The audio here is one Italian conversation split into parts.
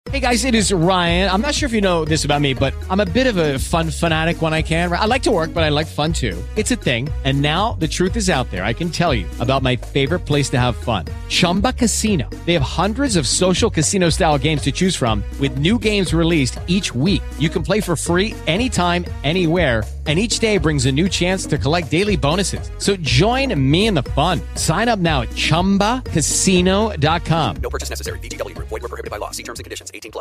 Hey guys, it is Ryan. I'm not sure if you know this about me, but I'm a bit of a fun fanatic when I can. I like to work, but I like fun too. It's a thing. And now the truth is out there. I can tell you about my favorite place to have fun. Chumba Casino. They have hundreds of social casino style games to choose from with new games released each week. You can play for free anytime, anywhere. And each day brings a new chance to collect daily bonuses. So join me in the fun. Sign up now at ChumbaCasino.com. No purchase necessary. VGW. Void where prohibited by law. See terms and conditions. 18+.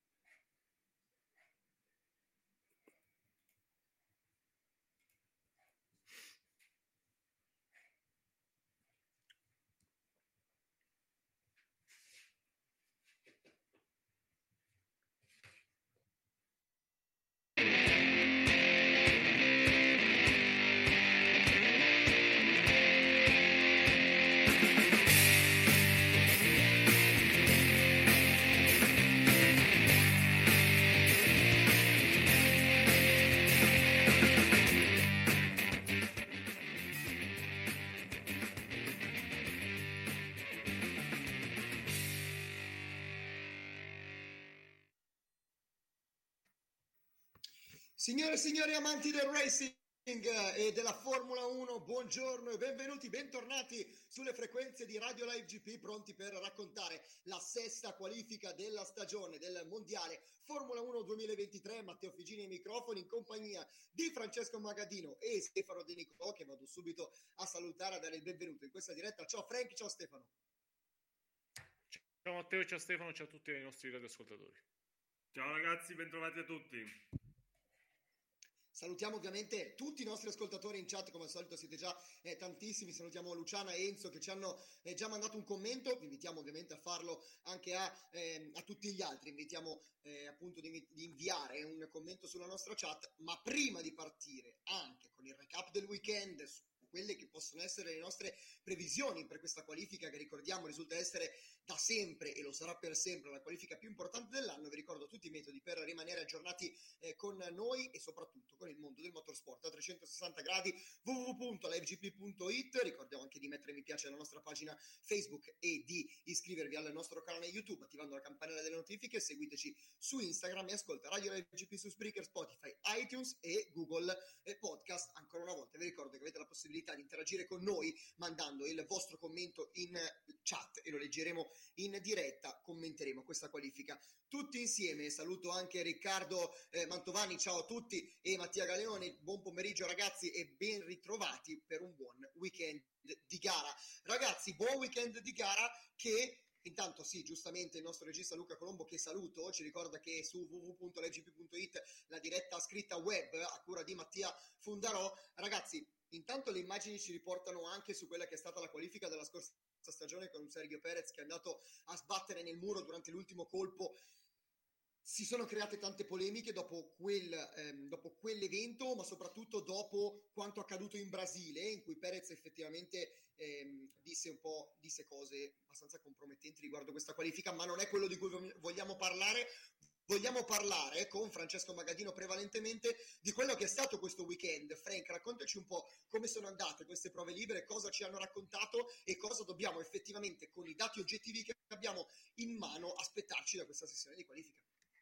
Signore e signori amanti del racing e della Formula 1, buongiorno e benvenuti, bentornati sulle frequenze di Radio Live GP, pronti per raccontare la sesta qualifica della stagione del mondiale Formula 1 2023. Matteo Figini ai microfoni in compagnia di Francesco Magadino e Stefano De Nicolò, che vado subito a salutare, a dare il benvenuto in questa diretta. Ciao Frank, ciao Stefano. Ciao Matteo, ciao Stefano, ciao a tutti i nostri radioascoltatori. Ciao ragazzi, bentrovati a tutti. Salutiamo ovviamente tutti i nostri ascoltatori in chat, come al solito siete già tantissimi. Salutiamo Luciana e Enzo che ci hanno già mandato un commento. Vi invitiamo ovviamente a farlo anche a tutti gli altri. Invitiamo appunto di inviare un commento sulla nostra chat, ma prima di partire anche con il recap del weekend, su quelle che possono essere le nostre previsioni per questa qualifica, che ricordiamo risulta essere da sempre e lo sarà per sempre la qualifica più importante dell'anno. Vi ricordo tutti i metodi per rimanere aggiornati con noi e soprattutto con il mondo del motorsport a 360 gradi. www.livegp.it. Ricordiamo anche di mettere mi piace alla nostra pagina Facebook e di iscrivervi al nostro canale YouTube attivando la campanella delle notifiche. Seguiteci su Instagram e ascolta Radio Live GP su Spreaker, Spotify, iTunes e Google Podcast. Ancora una volta vi ricordo che avete la possibilità di interagire con noi mandando il vostro commento in chat e lo leggeremo in diretta, commenteremo questa qualifica tutti insieme. Saluto anche Riccardo Mantovani, ciao a tutti, e Mattia Galeoni, buon pomeriggio ragazzi e ben ritrovati per un buon weekend di gara. Ragazzi, buon weekend di gara che... Intanto sì, giustamente il nostro regista Luca Colombo, che saluto, ci ricorda che su www.legp.it la diretta scritta web a cura di Mattia Fundarò. Ragazzi, intanto le immagini ci riportano anche su quella che è stata la qualifica della scorsa stagione con un Sergio Perez che è andato a sbattere nel muro durante l'ultimo colpo. Si sono create tante polemiche dopo quell'evento, ma soprattutto dopo quanto accaduto in Brasile, in cui Perez effettivamente disse cose abbastanza compromettenti riguardo questa qualifica, ma non è quello di cui vogliamo parlare. Vogliamo parlare con Francesco Magadino prevalentemente di quello che è stato questo weekend. Frank, raccontaci un po' come sono andate queste prove libere, cosa ci hanno raccontato e cosa dobbiamo effettivamente, con i dati oggettivi che abbiamo in mano, aspettarci da questa sessione di qualifica.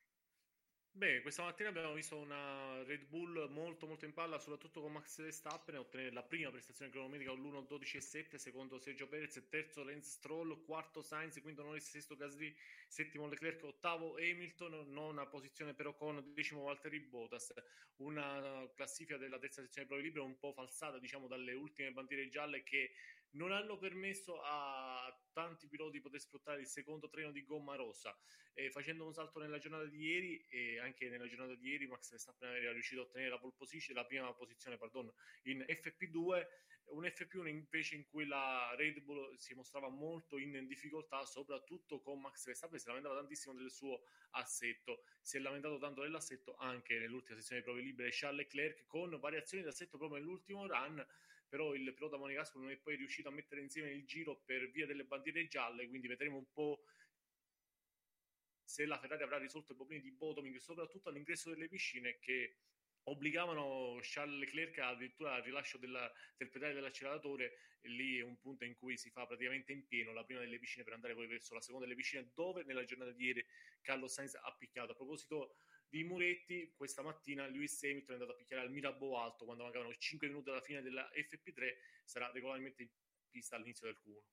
Beh, questa mattina abbiamo visto una Red Bull molto molto in palla, soprattutto con Max Verstappen, a ottenere la prima prestazione cronometrica con l'1.12.7, secondo Sergio Perez, terzo Lance Stroll, quarto Sainz, quinto Norris, sesto Gasly, settimo Leclerc, ottavo Hamilton, nona posizione però con decimo Valtteri Bottas. Una classifica della terza sezione prove libere un po' falsata, diciamo, dalle ultime bandiere gialle che non hanno permesso a tanti piloti di poter sfruttare il secondo treno di gomma rossa. Facendo un salto nella giornata di ieri, e anche nella giornata di ieri Max Verstappen era riuscito a ottenere la prima posizione in FP2, un FP1 invece in cui la Red Bull si mostrava molto in difficoltà, soprattutto con Max Verstappen. Si lamentava tantissimo del suo assetto, si è lamentato tanto dell'assetto anche nell'ultima sessione di prove libere Charles Leclerc, con variazioni d'assetto proprio nell'ultimo run, però il pilota monegasco non è poi riuscito a mettere insieme il giro per via delle bandiere gialle, quindi vedremo un po' se la Ferrari avrà risolto i problemi di bottoming, soprattutto all'ingresso delle piscine, che obbligavano Charles Leclerc addirittura al rilascio del pedale dell'acceleratore, e lì è un punto in cui si fa praticamente in pieno la prima delle vicine per andare poi verso la seconda delle vicine, dove nella giornata di ieri Carlos Sainz ha picchiato. A proposito di muretti, questa mattina Lewis Hamilton è andato a picchiare al Mirabeau Alto quando mancavano 5 minuti alla fine della FP3, sarà regolarmente in pista all'inizio del Q1.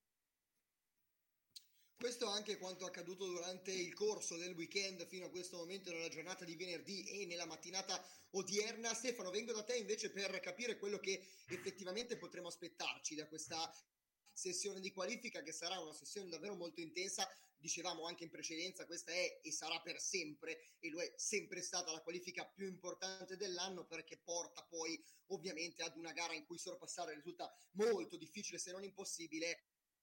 Questo è anche quanto accaduto durante il corso del weekend fino a questo momento nella giornata di venerdì e nella mattinata odierna. Stefano, vengo da te invece per capire quello che effettivamente potremo aspettarci da questa sessione di qualifica, che sarà una sessione davvero molto intensa. Dicevamo anche in precedenza, questa è e sarà per sempre, e lo è sempre stata, la qualifica più importante dell'anno, perché porta poi ovviamente ad una gara in cui sorpassare risulta molto difficile, se non impossibile,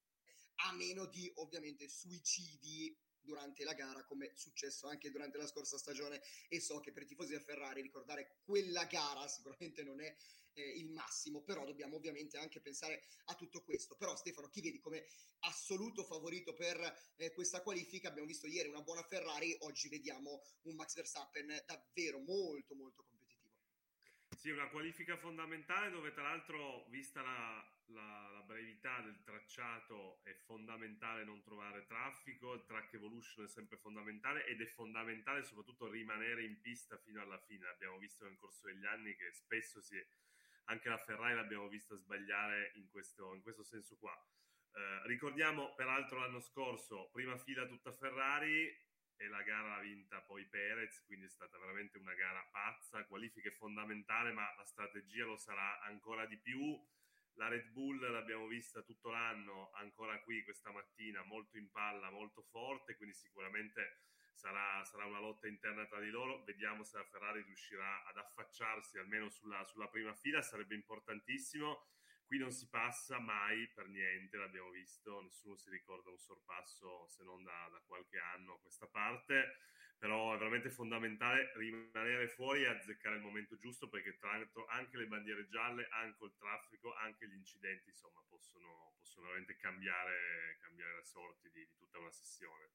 a meno di ovviamente suicidi durante la gara, come è successo anche durante la scorsa stagione. E so che per i tifosi del Ferrari ricordare quella gara sicuramente non è il massimo, però dobbiamo ovviamente anche pensare a tutto questo. Però Stefano, chi vedi come assoluto favorito per questa qualifica? Abbiamo visto ieri una buona Ferrari, oggi vediamo un Max Verstappen davvero molto molto competitivo. Sì, una qualifica fondamentale dove tra l'altro, vista la brevità del tracciato, è fondamentale non trovare traffico. Il track evolution è sempre fondamentale, ed è fondamentale soprattutto rimanere in pista fino alla fine. Abbiamo visto nel corso degli anni che spesso anche la Ferrari l'abbiamo vista sbagliare in questo senso qua. Ricordiamo peraltro l'anno scorso prima fila tutta Ferrari, e la gara l'ha vinta poi Perez, quindi è stata veramente una gara pazza. Qualifica è fondamentale, ma la strategia lo sarà ancora di più. La Red Bull l'abbiamo vista tutto l'anno, ancora qui questa mattina, molto in palla, molto forte, quindi sicuramente sarà una lotta interna tra di loro. Vediamo se la Ferrari riuscirà ad affacciarsi almeno sulla prima fila, sarebbe importantissimo. Qui non si passa mai per niente, l'abbiamo visto, nessuno si ricorda un sorpasso se non da qualche anno a questa parte, però è veramente fondamentale rimanere fuori e azzeccare il momento giusto, perché tra l'altro anche le bandiere gialle, anche il traffico, anche gli incidenti, insomma, possono veramente cambiare le sorti di tutta una sessione.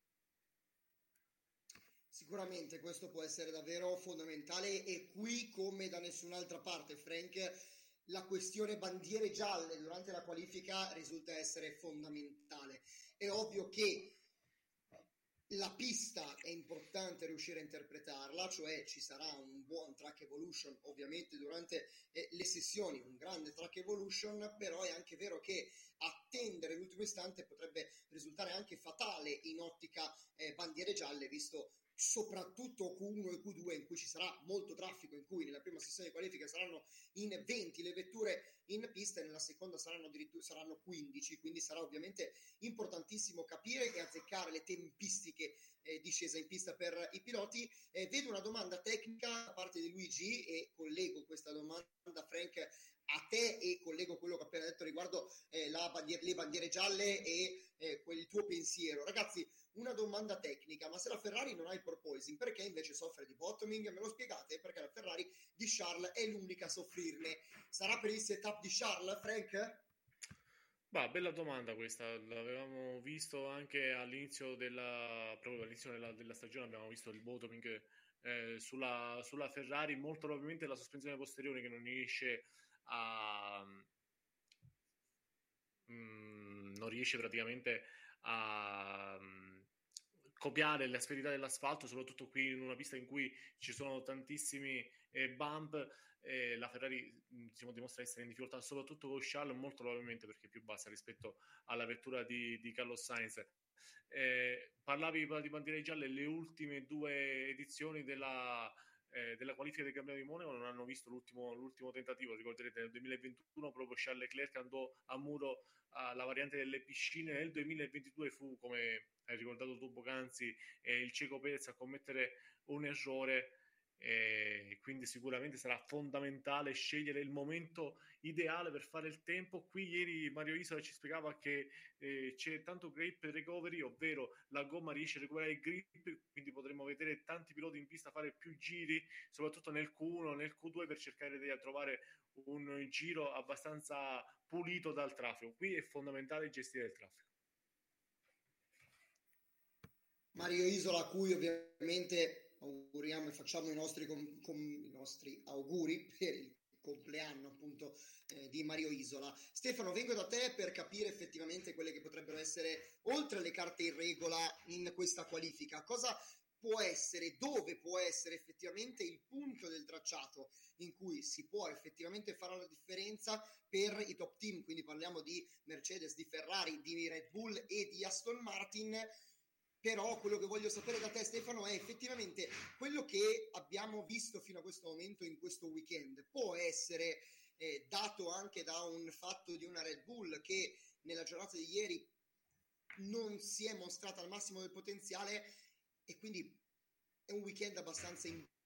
Sicuramente questo può essere davvero fondamentale, e qui come da nessun'altra parte, Frank, la questione bandiere gialle durante la qualifica risulta essere fondamentale. È ovvio che la pista è importante riuscire a interpretarla, cioè ci sarà un buon track evolution ovviamente durante le sessioni, un grande track evolution, però è anche vero che attendere l'ultimo istante potrebbe risultare anche fatale in ottica bandiere gialle, visto soprattutto Q1 e Q2 in cui ci sarà molto traffico, in cui nella prima sessione di qualifica saranno in 20 le vetture in pista e nella seconda saranno 15, quindi sarà ovviamente importantissimo capire e azzeccare le tempistiche di scesa in pista per i piloti. Vedo una domanda tecnica da parte di Luigi e collego questa domanda, Frank, a te, e collego quello che ho appena detto riguardo le bandiere gialle e il tuo pensiero. Ragazzi, una domanda tecnica: ma se la Ferrari non ha il porpoising, perché invece soffre di bottoming? Me lo spiegate? Perché la Ferrari di Charles è l'unica a soffrirne. Sarà per il setup di Charles, Frank? Bah, bella domanda questa, l'avevamo visto anche proprio all'inizio della stagione, abbiamo visto il bottoming sulla Ferrari, molto probabilmente la sospensione posteriore che non riesce praticamente a copiare le asperità dell'asfalto, soprattutto qui in una pista in cui ci sono tantissimi bump. La Ferrari dimostra essere in difficoltà soprattutto con Charles, molto probabilmente perché è più bassa rispetto alla vettura di Carlos Sainz. Parlavi di bandiere gialle, le ultime due edizioni della qualifica del campionato di Monaco non hanno visto l'ultimo tentativo. Ricorderete nel 2021 proprio Charles Leclerc andò a muro alla variante delle piscine. Nel 2022 fu, come hai ricordato tu poc'anzi, il Checo Perez a commettere un errore, quindi sicuramente sarà fondamentale scegliere il momento ideale per fare il tempo. Qui ieri Mario Isola ci spiegava che c'è tanto grip recovery, ovvero la gomma riesce a recuperare il grip, quindi potremo vedere tanti piloti in pista fare più giri, soprattutto nel Q1, nel Q2, per cercare di trovare un giro abbastanza pulito dal traffico. Qui è fondamentale gestire il traffico. Mario Isola, a cui ovviamente auguriamo e facciamo i nostri, i nostri auguri per il compleanno appunto di Mario Isola. Stefano, vengo da te per capire effettivamente quelle che potrebbero essere, oltre alle carte in regola in questa qualifica, cosa può essere, dove può essere effettivamente il punto del tracciato in cui si può effettivamente fare la differenza per i top team, quindi parliamo di Mercedes, di Ferrari, di Red Bull e di Aston Martin. Però quello che voglio sapere da te, Stefano, è effettivamente quello che abbiamo visto fino a questo momento in questo weekend può essere dato anche da un fatto di una Red Bull che nella giornata di ieri non si è mostrata al massimo del potenziale, e quindi è un weekend abbastanza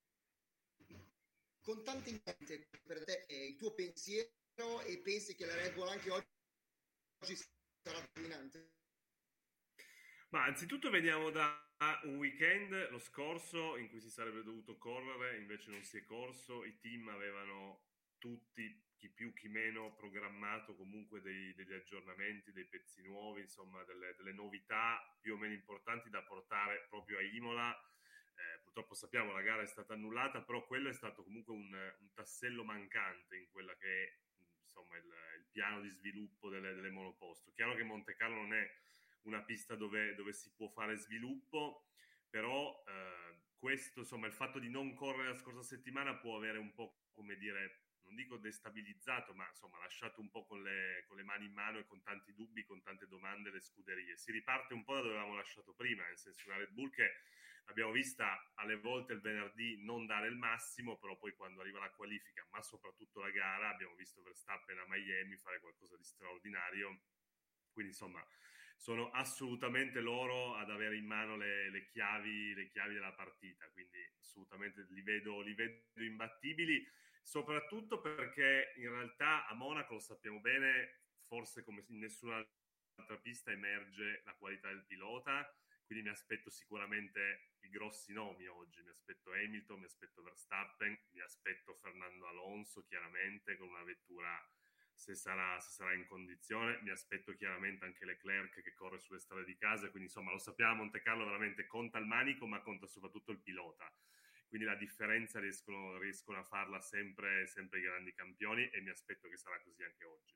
con tante incognite. Per te il tuo pensiero, e pensi che la Red Bull anche oggi sarà dominante? Ma anzitutto veniamo da un weekend, lo scorso, in cui si sarebbe dovuto correre, invece non si è corso. I team avevano tutti, chi più chi meno, programmato comunque degli aggiornamenti, dei pezzi nuovi, insomma delle novità più o meno importanti da portare proprio a Imola. Purtroppo sappiamo la gara è stata annullata, però quello è stato comunque un tassello mancante in quella che è, insomma, il piano di sviluppo delle monoposto. Chiaro che Monte Carlo non è una pista dove si può fare sviluppo, però questo, insomma, il fatto di non correre la scorsa settimana può avere un po', come dire, non dico destabilizzato, ma insomma lasciato un po' con le mani in mano e con tanti dubbi, con tante domande le scuderie. Si riparte un po' da dove avevamo lasciato prima, nel senso una Red Bull che abbiamo vista alle volte il venerdì non dare il massimo, però poi quando arriva la qualifica, ma soprattutto la gara, abbiamo visto Verstappen a Miami fare qualcosa di straordinario. Quindi insomma sono assolutamente loro ad avere in mano le chiavi della partita, quindi assolutamente li vedo imbattibili, soprattutto perché in realtà a Monaco, lo sappiamo bene, forse come in nessun'altra pista emerge la qualità del pilota, quindi mi aspetto sicuramente i grossi nomi oggi, mi aspetto Hamilton, mi aspetto Verstappen, mi aspetto Fernando Alonso chiaramente con una vettura, se sarà in condizione, mi aspetto chiaramente anche Leclerc che corre sulle strade di casa, quindi insomma lo sappiamo, a Monte Carlo veramente conta il manico ma conta soprattutto il pilota, quindi la differenza riescono a farla sempre i grandi campioni, e mi aspetto che sarà così anche oggi.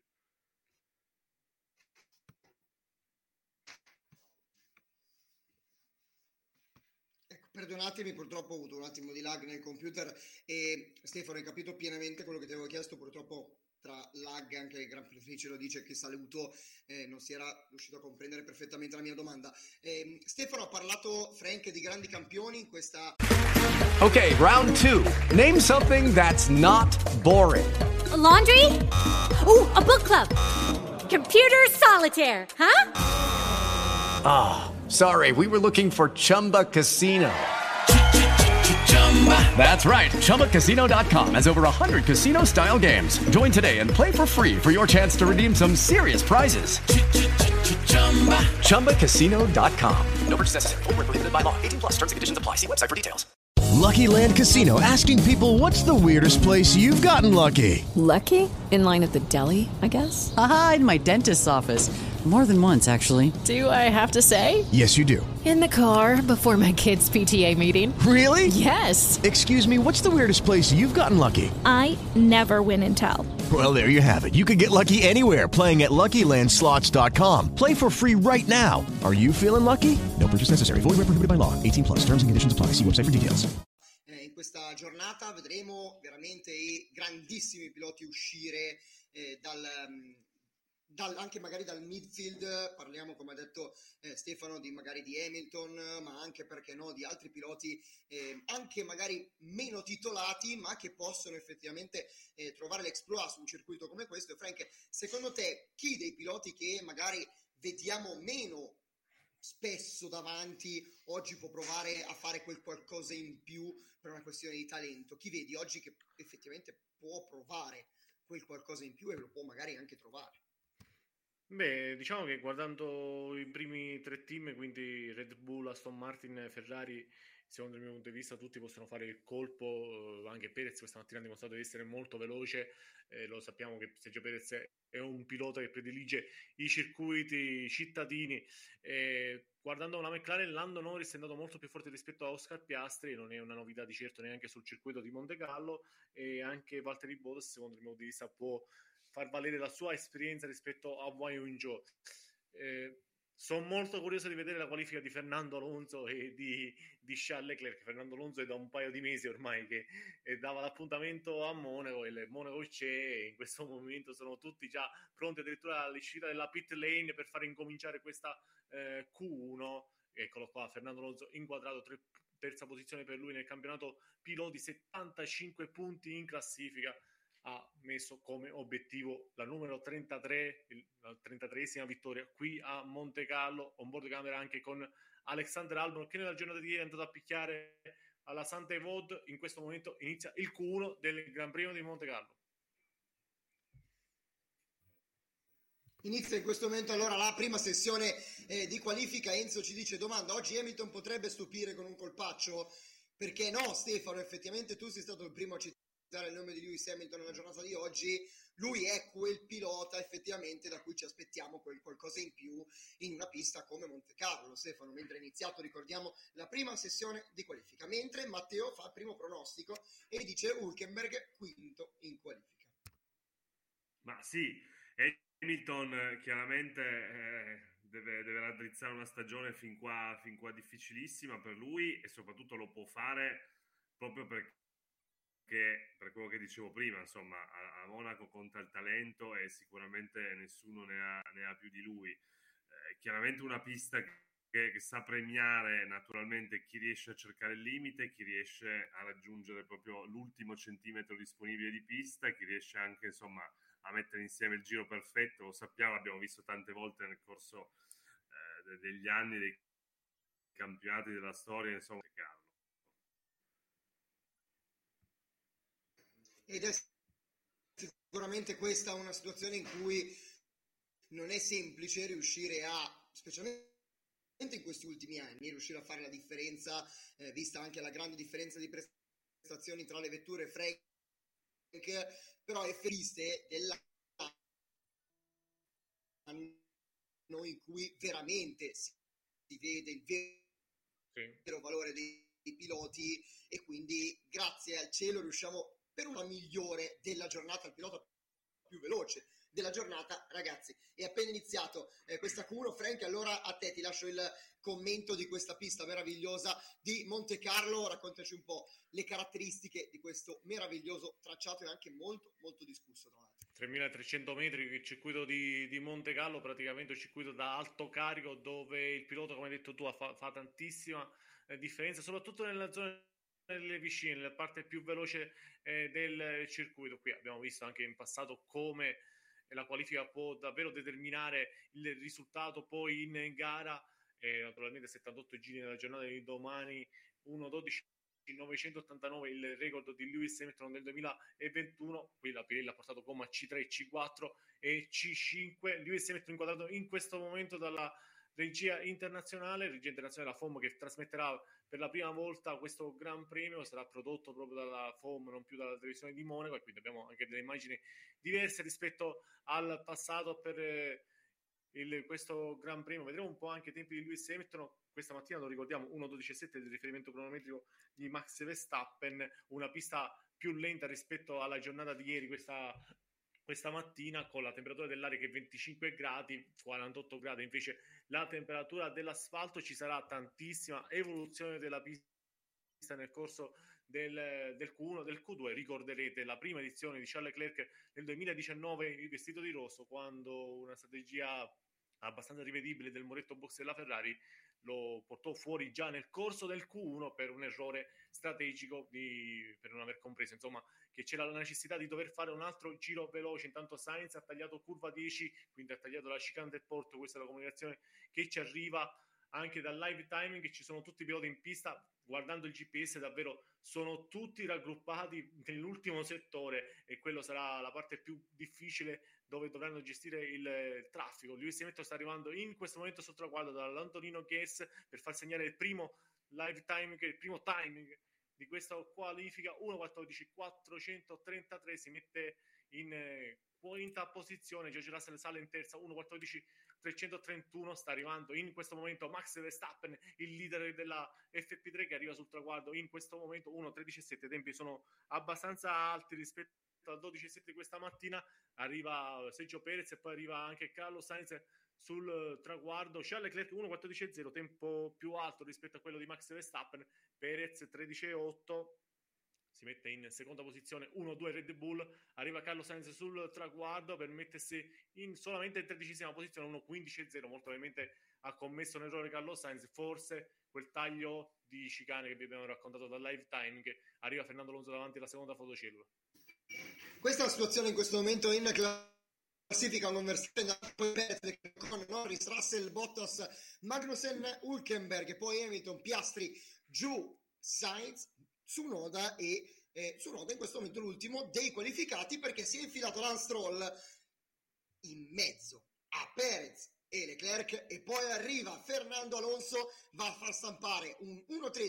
Perdonatemi, purtroppo ho avuto un attimo di lag nel computer e Stefano, hai capito pienamente quello che ti avevo chiesto. Purtroppo tra lag, anche il Gran Premio ce lo dice, che saluto, non si era riuscito a comprendere perfettamente la mia domanda. Stefano, ha parlato Frank di grandi campioni in questa... Okay, round two. Name something that's not boring. A laundry? Ooh, a book club. Computer solitaire, huh? Ah, sorry, we were looking for Chumba Casino. That's right, ChumbaCasino.com has over 100 casino-style games. Join today and play for free for your chance to redeem some serious prizes. ChumbaCasino.com. No purchase necessary. Void where prohibited by law. 18+. Terms and conditions apply. See website for details. Lucky Land Casino, asking people, what's the weirdest place you've gotten lucky? Lucky? In line at the deli, I guess? Aha, in my dentist's office. More than once, actually. Do I have to say? Yes, you do. In the car before my kids' PTA meeting. Really? Yes. Excuse me, what's the weirdest place you've gotten lucky? I never win and tell. Well, there you have it. You can get lucky anywhere, playing at LuckyLandSlots.com. Play for free right now. Are you feeling lucky? No purchase necessary. Void where prohibited by law. 18+. Terms and conditions apply. See website for details. In questa giornata vedremo veramente i grandissimi piloti uscire anche magari dal midfield. Parliamo, come ha detto Stefano, magari di Hamilton, ma anche, perché no, di altri piloti anche magari meno titolati, ma che possono effettivamente trovare l'exploit su un circuito come questo. Frank, secondo te chi dei piloti che magari vediamo meno spesso davanti oggi può provare a fare quel qualcosa in più per una questione di talento? Chi vedi oggi che effettivamente può provare quel qualcosa in più e lo può magari anche trovare? Beh, diciamo che guardando i primi tre team, quindi Red Bull, Aston Martin, Ferrari secondo il mio punto di vista tutti possono fare il colpo, anche Perez questa mattina ha dimostrato di essere molto veloce, lo sappiamo che Sergio Perez è un pilota che predilige i circuiti cittadini, guardando la McLaren Lando Norris è andato molto più forte rispetto a Oscar Piastri, non è una novità di certo neanche sul circuito di Montecarlo, e anche Valtteri Bottas secondo il mio punto di vista può far valere la sua esperienza rispetto a Wang Yunzhou. Sono molto curioso di vedere la qualifica di Fernando Alonso e di Charles Leclerc. Fernando Alonso è da un paio di mesi ormai che dava l'appuntamento a Monaco, e il Monaco c'è, e in questo momento sono tutti già pronti addirittura all'uscita della pit lane per far incominciare questa Q1. Eccolo qua, Fernando Alonso inquadrato, terza posizione per lui nel campionato piloti, 75 punti in classifica, ha messo come obiettivo la numero 33, la 33esima vittoria qui a Montecarlo, on board camera anche con Alexander Albon, che nella giornata di ieri è andato a picchiare alla Santa Evode. In questo momento inizia il Q1 del Gran Premio di Montecarlo. Inizia in questo momento allora la prima sessione di qualifica. Enzo ci dice: domanda, oggi Hamilton potrebbe stupire con un colpaccio? Perché no, Stefano, effettivamente tu sei stato il primo a citare il nome di Lewis Hamilton nella giornata di oggi. Lui è quel pilota effettivamente da cui ci aspettiamo quel qualcosa in più in una pista come Montecarlo, Stefano, mentre è iniziato, ricordiamo, la prima sessione di qualifica, mentre Matteo fa il primo pronostico e dice Hülkenberg quinto in qualifica. Ma sì, Hamilton chiaramente deve raddrizzare una stagione fin qua difficilissima per lui, e soprattutto lo può fare proprio perché, per quello che dicevo prima, insomma, a Monaco conta il talento e sicuramente nessuno ne ha più di lui. Chiaramente una pista che sa premiare naturalmente chi riesce a cercare il limite, chi riesce a raggiungere proprio l'ultimo centimetro disponibile di pista, chi riesce anche, insomma, a mettere insieme il giro perfetto. Lo sappiamo, l'abbiamo visto tante volte nel corso degli anni, dei campionati della storia, insomma, ed è sicuramente questa una situazione in cui non è semplice riuscire a, specialmente in questi ultimi anni, riuscire a fare la differenza, vista anche la grande differenza di prestazioni tra le vetture Frank, però è felice dell'anno in cui veramente si vede il vero valore dei piloti, e quindi grazie al cielo riusciamo per una migliore della giornata, il pilota più veloce della giornata, ragazzi. È appena iniziato questa Q1. Frank, allora a te ti lascio il commento di questa pista meravigliosa di Montecarlo. Raccontaci un po' le caratteristiche di questo meraviglioso tracciato, e anche molto molto discusso, tra l'altro. 3.300 metri, il circuito di Montecarlo, praticamente un circuito da alto carico dove il pilota, come hai detto tu, fa tantissima differenza, soprattutto nella zona delle vicine, nella parte più veloce del circuito. Qui abbiamo visto anche in passato come la qualifica può davvero determinare il risultato poi in gara. Naturalmente 78 giri nella giornata di domani, 1.12.989 il record di Lewis Hamilton del 2021. Qui la Pirelli ha portato gomma C3, C4 e C5. Lewis Hamilton inquadrato in questo momento dalla regia internazionale la FOM, che trasmetterà per la prima volta questo Gran Premio. Sarà prodotto proprio dalla FOM, non più dalla televisione di Monaco, e quindi abbiamo anche delle immagini diverse rispetto al passato per questo Gran Premio. Vedremo un po' anche i tempi di Lewis Hamilton. Questa mattina, lo ricordiamo, 1.12.7 del riferimento cronometrico di Max Verstappen, una pista più lenta rispetto alla giornata di ieri, questa mattina, con la temperatura dell'aria che è 25 gradi, 48 gradi invece la temperatura dell'asfalto. Ci sarà tantissima evoluzione della pista nel corso del Q1, del Q2. Ricorderete la prima edizione di Charles Leclerc nel 2019, vestito di rosso, quando una strategia abbastanza rivedibile del muretto box della Ferrari lo portò fuori già nel corso del Q1 per un errore strategico per non aver compreso, insomma, che c'era la necessità di dover fare un altro giro veloce. Intanto Sainz ha tagliato curva 10, quindi ha tagliato la chicane del porto. Questa è la comunicazione che ci arriva anche dal live timing. Ci sono tutti i piloti in pista, guardando il GPS davvero sono tutti raggruppati nell'ultimo settore, e quello sarà la parte più difficile, dove dovranno gestire il traffico. Lewis Hamilton sta arrivando in questo momento sotto la guardia dall'Antonino Chies per far segnare il primo live timing, il primo timing di questa qualifica. 1.14.433 si mette in quinta posizione, George Russell sale in terza, 1.14.331, sta arrivando in questo momento Max Verstappen, il leader della FP3, che arriva sul traguardo in questo momento 1.13.7. I tempi sono abbastanza alti rispetto al 12.7 di questa mattina. Arriva Sergio Perez e poi arriva anche Carlos Sainz sul traguardo. Charles Leclerc 1.14.0, tempo più alto rispetto a quello di Max Verstappen. Perez 13.8, si mette in seconda posizione. 1-2 Red Bull, arriva Carlos Sainz sul traguardo per mettersi solamente in 13ª posizione, 1.15.0. molto probabilmente ha commesso un errore Carlos Sainz, forse quel taglio di chicane che vi abbiamo raccontato dal live timing. Arriva Fernando Alonso davanti alla seconda fotocellula. Questa è la situazione in questo momento in classifica, con Verstappen, poi Perez, con Norris, Russell, Bottas, Magnussen, Hülkenberg, poi Hamilton, Piastri, giù Sainz, Tsunoda e Tsunoda in questo momento l'ultimo dei qualificati, perché si è infilato Lance Stroll in mezzo a Perez e Leclerc, e poi arriva Fernando Alonso, va a far stampare un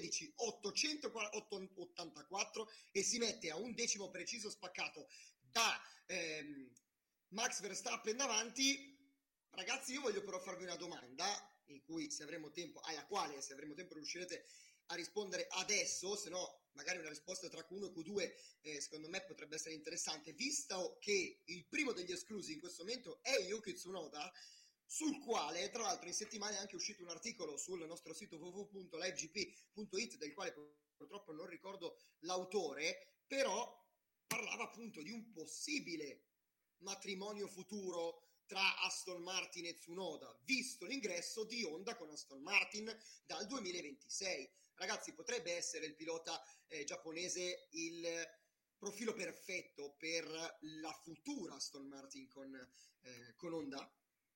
1.13.884 e si mette a un decimo preciso spaccato da Max Verstappen davanti. Ragazzi, io voglio però farvi una domanda in cui, se avremo tempo, alla quale se avremo tempo riuscirete a rispondere adesso, se no magari una risposta tra Q1 e Q2 secondo me potrebbe essere interessante, visto che il primo degli esclusi in questo momento è Yuki Tsunoda, sul quale tra l'altro in settimana è anche uscito un articolo sul nostro sito www.livegp.it, del quale purtroppo non ricordo l'autore, però parlava appunto di un possibile matrimonio futuro tra Aston Martin e Tsunoda, visto l'ingresso di Honda con Aston Martin dal 2026. Ragazzi, potrebbe essere il pilota giapponese il profilo perfetto per la futura Aston Martin con Honda?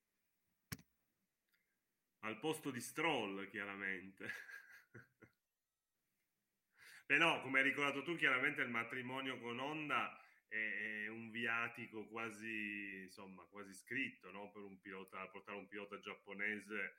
Al posto di Stroll, chiaramente. Beh no, come hai ricordato tu, chiaramente il matrimonio con Honda è un viatico quasi scritto, no? Per un pilota, portare un pilota giapponese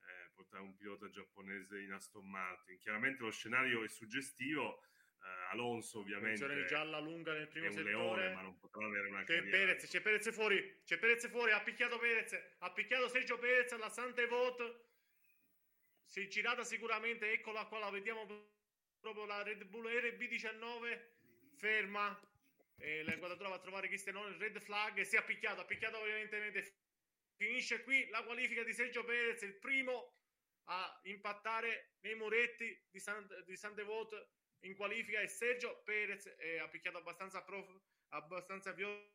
in Aston Martin. Chiaramente lo scenario è suggestivo. Alonso ovviamente gialla lunga nel primo è un settore, leone, ma non potrà avere una carriera. C'è Perez fuori, ha picchiato Sergio Perez alla Sante Vote, si è girata sicuramente, eccola qua, la vediamo proprio, la Red Bull RB19 ferma, e la guardatura va a trovare Christian Horner, red flag, e si è picchiato ovviamente. Finisce qui la qualifica di Sergio Perez, il primo a impattare nei muretti di Sante Vote in qualifica, e Sergio Perez ha picchiato abbastanza violento,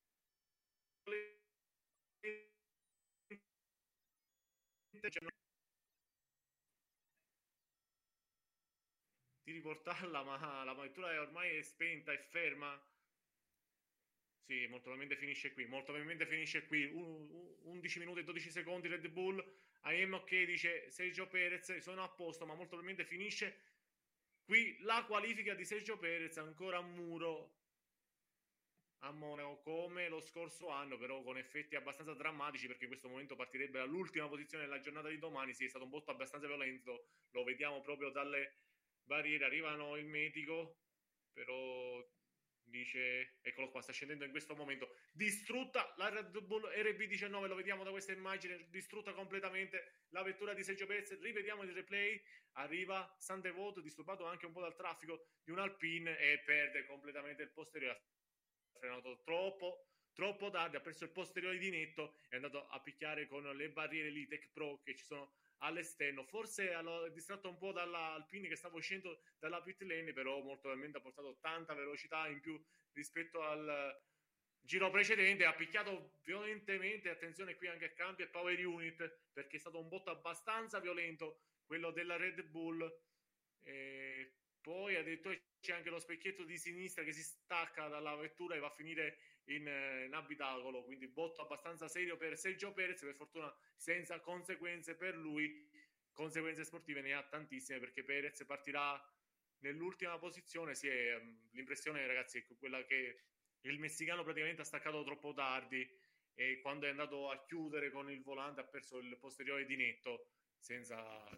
di riportarla, ma la vettura ormai è spenta, è ferma. Sì, molto probabilmente finisce qui. 11 minuti e 12 secondi Red Bull. AM che dice Sergio Perez, sono a posto, ma molto probabilmente finisce qui la qualifica di Sergio Perez, ancora a muro a Monaco come lo scorso anno, però con effetti abbastanza drammatici, perché in questo momento partirebbe dall'ultima posizione nella giornata di domani. Sì, è stato un botto abbastanza violento, lo vediamo proprio dalle barriere. Arrivano il medico, però dice, eccolo qua, sta scendendo in questo momento, distrutta la Red Bull RB19, lo vediamo da questa immagine, distrutta completamente la vettura di Sergio Perez. Rivediamo il replay, arriva Sante Vote, disturbato anche un po' dal traffico di un Alpine, e perde completamente il posteriore, ha frenato troppo tardi, ha perso il posteriore di netto, è andato a picchiare con le barriere Litec Pro che ci sono all'esterno. Forse hanno distratto un po' dall'Alpine che stava uscendo dalla pit lane, però molto probabilmente ha portato tanta velocità in più rispetto al giro precedente, ha picchiato violentemente, attenzione qui anche a cambio e power unit, perché è stato un botto abbastanza violento quello della Red Bull. E poi addirittura c'è anche lo specchietto di sinistra che si stacca dalla vettura e va a finire in abitacolo, quindi botto abbastanza serio per Sergio Perez, per fortuna senza conseguenze per lui. Conseguenze sportive ne ha tantissime, perché Perez partirà nell'ultima posizione. L'impressione, ragazzi, è quella che il messicano praticamente ha staccato troppo tardi, e quando è andato a chiudere con il volante ha perso il posteriore di netto senza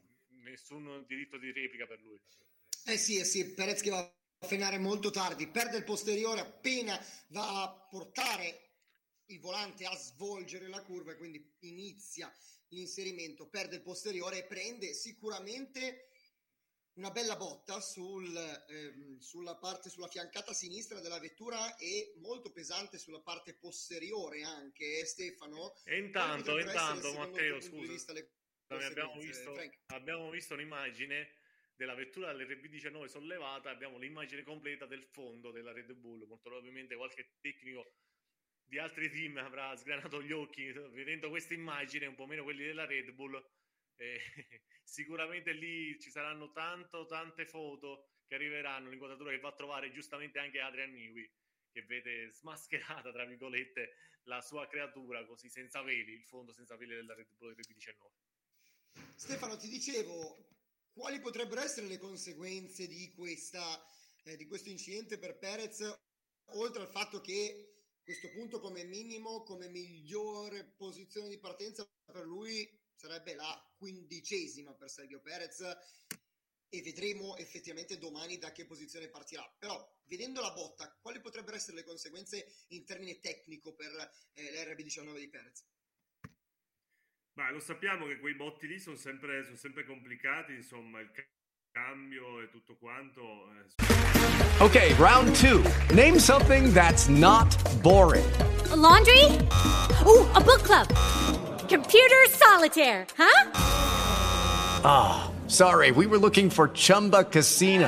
nessun diritto di replica per lui. Sì, Perez che va a frenare molto tardi, perde il posteriore appena va a portare il volante a svolgere la curva e quindi inizia l'inserimento, perde il posteriore e prende sicuramente una bella botta sulla fiancata sinistra della vettura e molto pesante sulla parte posteriore anche, Stefano. E intanto Matteo, scusa, abbiamo visto un'immagine della vettura dell'RB19 sollevata, abbiamo l'immagine completa del fondo della Red Bull. Molto probabilmente qualche tecnico di altri team avrà sgranato gli occhi vedendo questa immagine, un po' meno quelli della Red Bull. Sicuramente lì ci saranno tante foto che arriveranno, l'inquadratura che va a trovare giustamente anche Adrian Newey, che vede smascherata tra virgolette la sua creatura così senza veli, il fondo senza veli della Red Bull RB19. Stefano, ti dicevo, quali potrebbero essere le conseguenze di questo incidente per Perez, oltre al fatto che questo punto come minimo, come migliore posizione di partenza per lui sarebbe la 15ª per Sergio Perez e vedremo effettivamente domani da che posizione partirà. Però vedendo la botta, quali potrebbero essere le conseguenze in termine tecnico per l'RB19 di Perez? Lo sappiamo che quei botti lì sono sempre complicati, insomma, il cambio e tutto quanto. Okay, round 2. Name something that's not boring. A laundry? Ooh, a book club. Computer solitaire, huh? Ah, sorry, we were looking for Chumba Casino.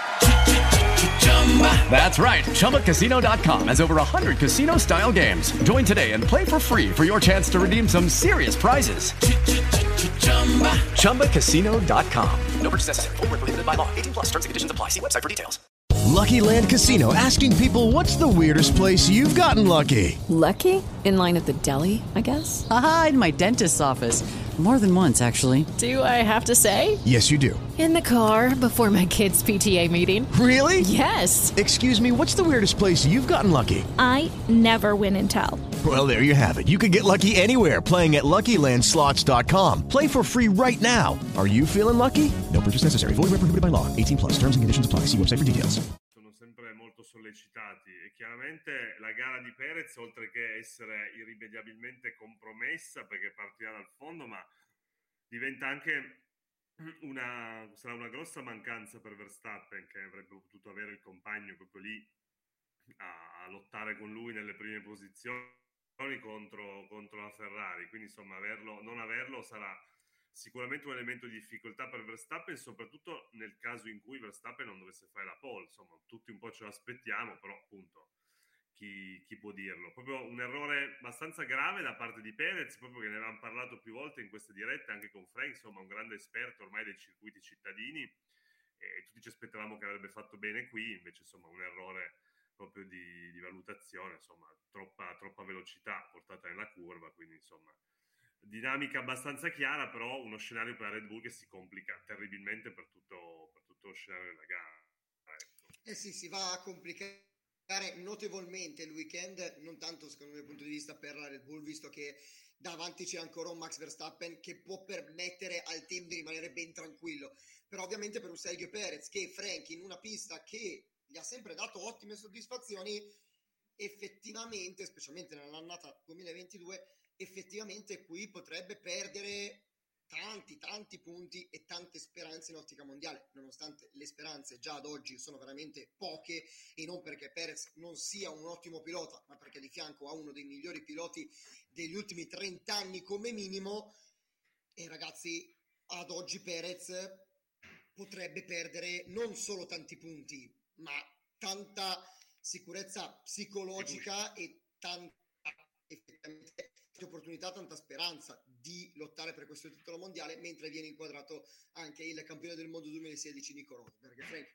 That's right, ChumbaCasino.com has over 100 casino-style games. Join today and play for free for your chance to redeem some serious prizes. ChumbaCasino.com. No purchase necessary. Void where prohibited by law. 18+ terms and conditions apply. See website for details. Lucky Land Casino, asking people, what's the weirdest place you've gotten lucky? Lucky? In line at the deli, I guess? Aha, in my dentist's office. More than once, actually. Do I have to say? Yes, you do. In the car before my kids' PTA meeting. Really? Yes. Excuse me, what's the weirdest place you've gotten lucky? I never win and tell. Well, there you have it. You can get lucky anywhere, playing at LuckyLandSlots.com. Play for free right now. Are you feeling lucky? No purchase necessary. Void where prohibited by law. 18+. Terms and conditions apply. See website for details. Sono sempre molto sollecitati e chiaramente la gara di Perez, oltre che essere irrimediabilmente compromessa perché partirà dal fondo, ma diventa anche sarà una grossa mancanza per Verstappen, che avrebbe potuto avere il compagno proprio lì a lottare con lui nelle prime posizioni contro la Ferrari. Quindi insomma non averlo sarà sicuramente un elemento di difficoltà per Verstappen, soprattutto nel caso in cui Verstappen non dovesse fare la pole. Insomma, tutti un po' ce lo aspettiamo, però appunto chi può dirlo? Proprio un errore abbastanza grave da parte di Perez, proprio che ne avevamo parlato più volte in queste dirette anche con Frank, insomma un grande esperto ormai dei circuiti cittadini, e tutti ci aspettavamo che avrebbe fatto bene qui, invece insomma un errore proprio di valutazione, insomma troppa velocità portata nella curva, quindi insomma dinamica abbastanza chiara, però uno scenario per la Red Bull che si complica terribilmente per tutto lo scenario della gara. Ecco. Sì, si va a complicare notevolmente il weekend, non tanto secondo il mio punto di vista per la Red Bull, visto che davanti c'è ancora un Max Verstappen che può permettere al team di rimanere ben tranquillo, però ovviamente per un Sergio Perez che Frank in una pista che gli ha sempre dato ottime soddisfazioni, effettivamente, specialmente nell'annata 2022, effettivamente qui potrebbe perdere tanti punti e tante speranze in ottica mondiale, nonostante le speranze già ad oggi sono veramente poche, e non perché Perez non sia un ottimo pilota, ma perché di fianco ha uno dei migliori piloti degli ultimi 30 anni come minimo. E ragazzi, ad oggi Perez potrebbe perdere non solo tanti punti, ma tanta sicurezza psicologica e tanta effettivamente opportunità, tanta speranza di lottare per questo titolo mondiale, mentre viene inquadrato anche il campione del mondo 2016 Nico Rosberg. Frank?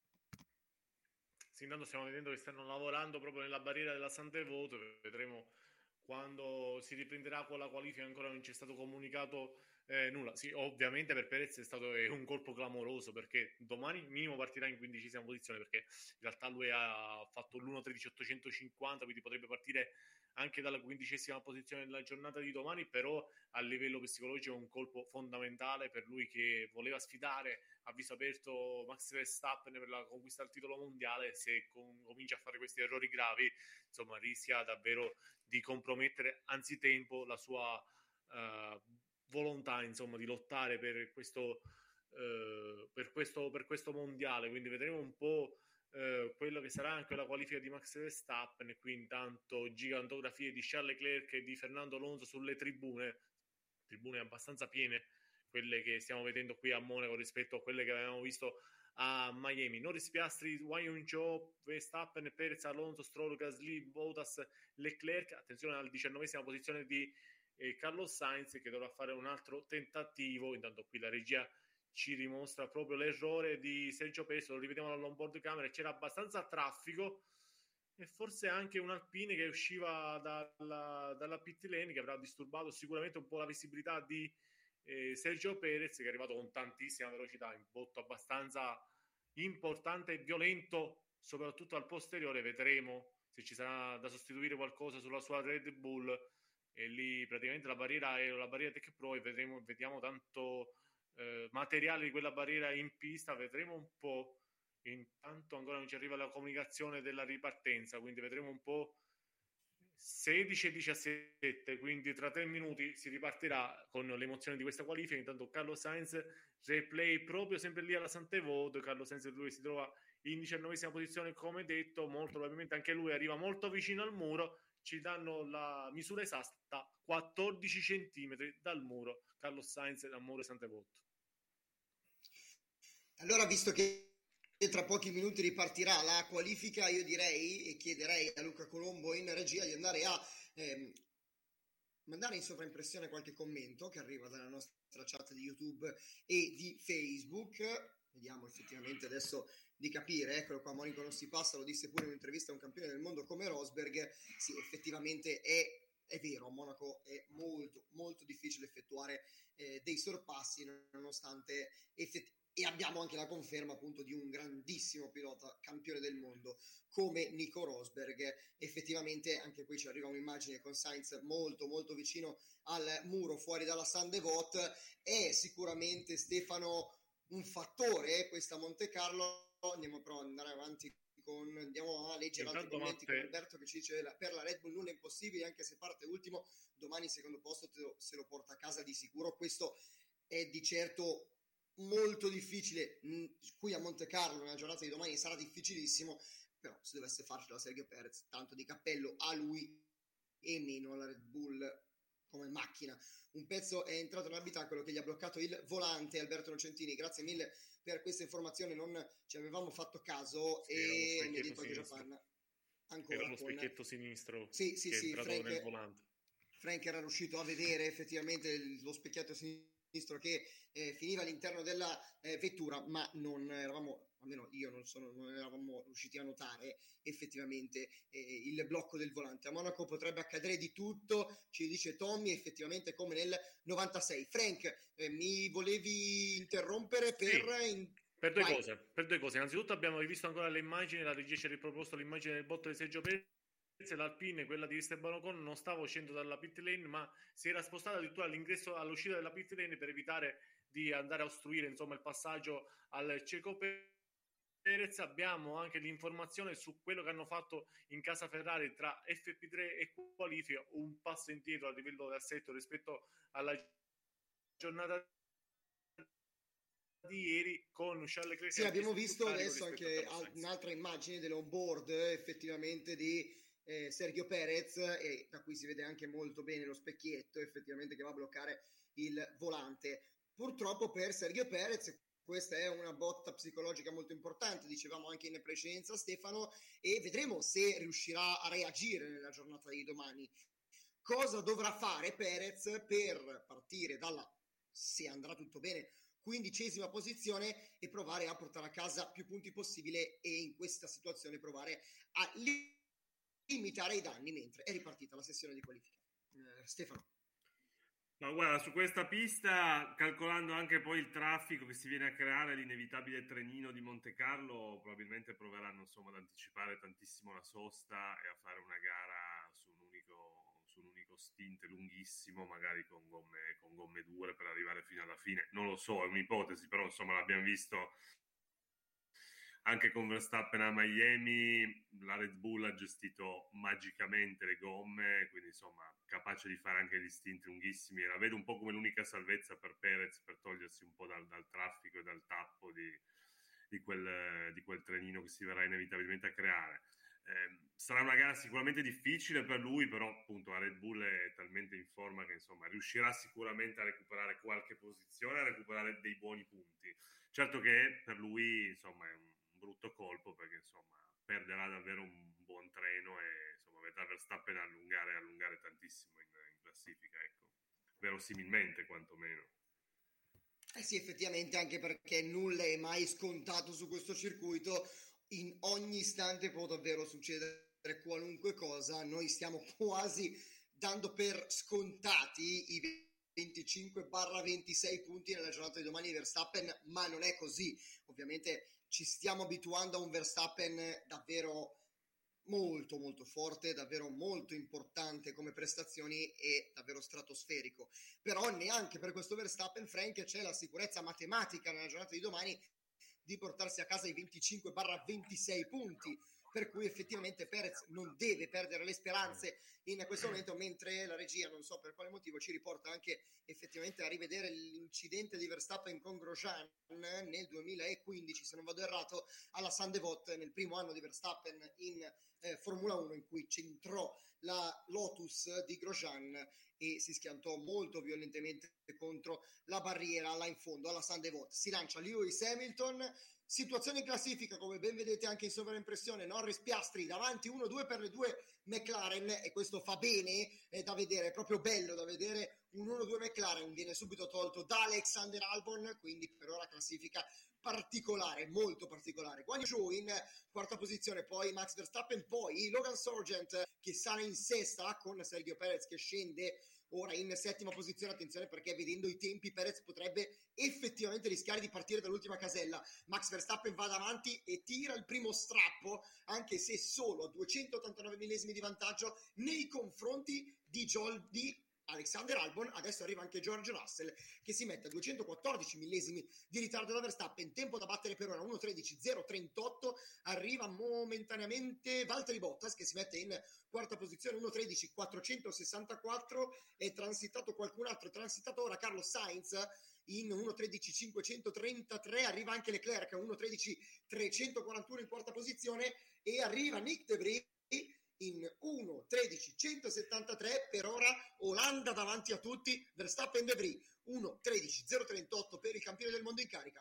Sì, intanto stiamo vedendo che stanno lavorando proprio nella barriera della Santevoto, vedremo quando si riprenderà con la qualifica. Ancora non c'è stato comunicato Nulla, sì, ovviamente per Perez è stato un colpo clamoroso, perché domani minimo partirà in 15ª posizione, perché in realtà lui ha fatto l'1.13.850, quindi potrebbe partire anche dalla 15ª posizione della giornata di domani, però a livello psicologico è un colpo fondamentale per lui che voleva sfidare a viso aperto Max Verstappen per la conquista del titolo mondiale. Se comincia a fare questi errori gravi, insomma, rischia davvero di compromettere anzitempo la sua volontà, insomma, di lottare per questo mondiale. Quindi vedremo un po' quello che sarà anche la qualifica di Max Verstappen, e qui intanto gigantografie di Charles Leclerc e di Fernando Alonso sulle tribune abbastanza piene, quelle che stiamo vedendo qui a Monaco rispetto a quelle che avevamo visto a Miami. Norris, Piastri, Wang Zhou, Verstappen, Perez, Alonso, Stroll, Gasly, Bottas, Leclerc. Attenzione alla 19ª posizione di Carlos Sainz, che dovrà fare un altro tentativo. Intanto qui la regia ci dimostra proprio l'errore di Sergio Perez, lo rivediamo dall'onboard camera, c'era abbastanza traffico e forse anche un Alpine che usciva dalla pit lane, che avrà disturbato sicuramente un po' la visibilità di Sergio Perez, che è arrivato con tantissima velocità, in botto abbastanza importante e violento, soprattutto al posteriore. Vedremo se ci sarà da sostituire qualcosa sulla sua Red Bull, e lì praticamente la barriera è la barriera Tech Pro, e vediamo tanto materiale di quella barriera in pista. Vedremo un po'. Intanto ancora non ci arriva la comunicazione della ripartenza, quindi vedremo un po'. 16 e 17, quindi tra 3 minuti si ripartirà con l'emozione di questa qualifica. Intanto Carlos Sainz, replay proprio sempre lì alla Sant'Evoto. Carlos Sainz, lui si trova in 19ª posizione, come detto, molto probabilmente anche lui arriva molto vicino al muro. Ci danno la misura esatta, 14 centimetri dal muro, Carlos Sainz dal muro Sant'Evoto. Allora, visto che tra pochi minuti ripartirà la qualifica, io direi e chiederei a Luca Colombo in regia di andare a mandare in sovraimpressione qualche commento che arriva dalla nostra chat di YouTube e di Facebook. Vediamo effettivamente adesso di capire. Eccolo qua, Monaco non si passa, lo disse pure in un'intervista a un campione del mondo come Rosberg. Sì, effettivamente è vero, a Monaco è molto molto difficile effettuare dei sorpassi, nonostante e abbiamo anche la conferma appunto di un grandissimo pilota campione del mondo come Nico Rosberg. Effettivamente anche qui ci arriva un'immagine con Sainz molto molto vicino al muro fuori dalla Sandevot. È sicuramente, Stefano, un fattore questa Monte Carlo. Andiamo però ad andare avanti andiamo a leggere altri commenti con Alberto che ci dice: per la Red Bull nulla è impossibile, anche se parte ultimo domani secondo posto se lo porta a casa di sicuro. Questo è di certo molto difficile. Qui a Monte Carlo nella giornata di domani sarà difficilissimo, però se dovesse farcela Sergio Perez, tanto di cappello a lui e meno alla Red Bull come macchina. Un pezzo è entrato nell'abitacolo che gli ha bloccato il volante. Alberto Nocentini, grazie mille per questa informazione, non ci avevamo fatto caso. Sì, e mi ha detto anche Japan ancora era lo specchietto sinistro sì, che è entrato nel volante. Frank era riuscito a vedere effettivamente lo specchietto sinistro che finiva all'interno della vettura, ma non eravamo, almeno io non eravamo riusciti a notare effettivamente il blocco del volante. A Monaco potrebbe accadere di tutto, ci dice Tommy, effettivamente come nel 96. Frank, mi volevi interrompere per due cose. Innanzitutto abbiamo rivisto ancora le immagini, la regia ci ha riproposto l'immagine del botto di Sergio Perez. L'Alpine, quella di Esteban Ocon, non stava uscendo dalla pit lane, ma si era spostata addirittura all'uscita della pit lane per evitare di andare a ostruire, insomma, il passaggio al Checo Perez. Abbiamo anche l'informazione su quello che hanno fatto in casa Ferrari tra FP3 e qualifica, un passo indietro a livello del assetto rispetto alla giornata di ieri con Charles Leclerc. Sì, abbiamo visto adesso anche un'altra immagine dell'onboard effettivamente di Sergio Perez, e da cui si vede anche molto bene lo specchietto effettivamente che va a bloccare il volante. Purtroppo per Sergio Perez questa è una botta psicologica molto importante, dicevamo anche in precedenza Stefano, e vedremo se riuscirà a reagire nella giornata di domani. Cosa dovrà fare Perez per partire dalla, se andrà tutto bene, 15ª posizione e provare a portare a casa più punti possibile, e in questa situazione provare a limitare i danni mentre è ripartita la sessione di qualifica. Stefano. Ma guarda, su questa pista, calcolando anche poi il traffico che si viene a creare, l'inevitabile trenino di Monte Carlo, probabilmente proveranno insomma ad anticipare tantissimo la sosta e a fare una gara su un unico stint lunghissimo, magari con gomme dure per arrivare fino alla fine. Non lo so, è un'ipotesi, però insomma l'abbiamo visto anche con Verstappen a Miami. La Red Bull ha gestito magicamente le gomme, quindi insomma capace di fare anche gli stint lunghissimi, e la vedo un po' come l'unica salvezza per Perez, per togliersi un po' dal traffico e dal tappo di quel trenino che si verrà inevitabilmente a creare. Sarà una gara sicuramente difficile per lui, però appunto la Red Bull è talmente in forma che insomma riuscirà sicuramente a recuperare qualche posizione, a recuperare dei buoni punti. Certo che per lui insomma è un brutto colpo, perché insomma perderà davvero un buon treno e insomma vedrà Verstappen allungare tantissimo in classifica, ecco, verosimilmente quantomeno. Sì, effettivamente, anche perché nulla è mai scontato su questo circuito, in ogni istante può davvero succedere qualunque cosa. Noi stiamo quasi dando per scontati i 25/26 punti nella giornata di domani di Verstappen, ma non è così. Ovviamente ci stiamo abituando a un Verstappen davvero molto molto forte, davvero molto importante come prestazioni e davvero stratosferico. Però neanche per questo Verstappen, Frank, c'è la sicurezza matematica nella giornata di domani di portarsi a casa i 25/26 punti, per cui effettivamente Perez non deve perdere le speranze in questo momento, mentre la regia, non so per quale motivo, ci riporta anche effettivamente a rivedere l'incidente di Verstappen con Grosjean nel 2015, se non vado errato, alla Sandevot, nel primo anno di Verstappen in Formula 1, in cui centrò la Lotus di Grosjean e si schiantò molto violentemente contro la barriera là in fondo alla Sandevot. Si lancia Lewis Hamilton, situazione in classifica come ben vedete anche in sovraimpressione, Norris, Piastri davanti 1-2 per le due McLaren, e questo fa bene da vedere, è proprio bello da vedere. Un 1-2 McLaren viene subito tolto da Alexander Albon, quindi per ora classifica particolare, molto particolare. Guanyu Zhou in quarta posizione, poi Max Verstappen, poi Logan Sargent che sale in sesta con Sergio Perez che scende ora in settima posizione. Attenzione, perché vedendo i tempi Perez potrebbe effettivamente rischiare di partire dall'ultima casella. Max Verstappen va davanti e tira il primo strappo, anche se solo a 289 millesimi di vantaggio nei confronti di Alexander Albon. Adesso arriva anche George Russell che si mette a 214 millesimi di ritardo da Verstappen, tempo da battere per ora 1:13.038. arriva momentaneamente Valtteri Bottas che si mette in quarta posizione 1:13.464. è transitato qualcun altro, è transitato ora Carlos Sainz in 1:13.533. arriva anche Leclerc a 1:13.341 in quarta posizione, e arriva Nick De Vries in 1:13.173. per ora Olanda davanti a tutti, Verstappen, De Vries 1:13.038 per il campione del mondo in carica,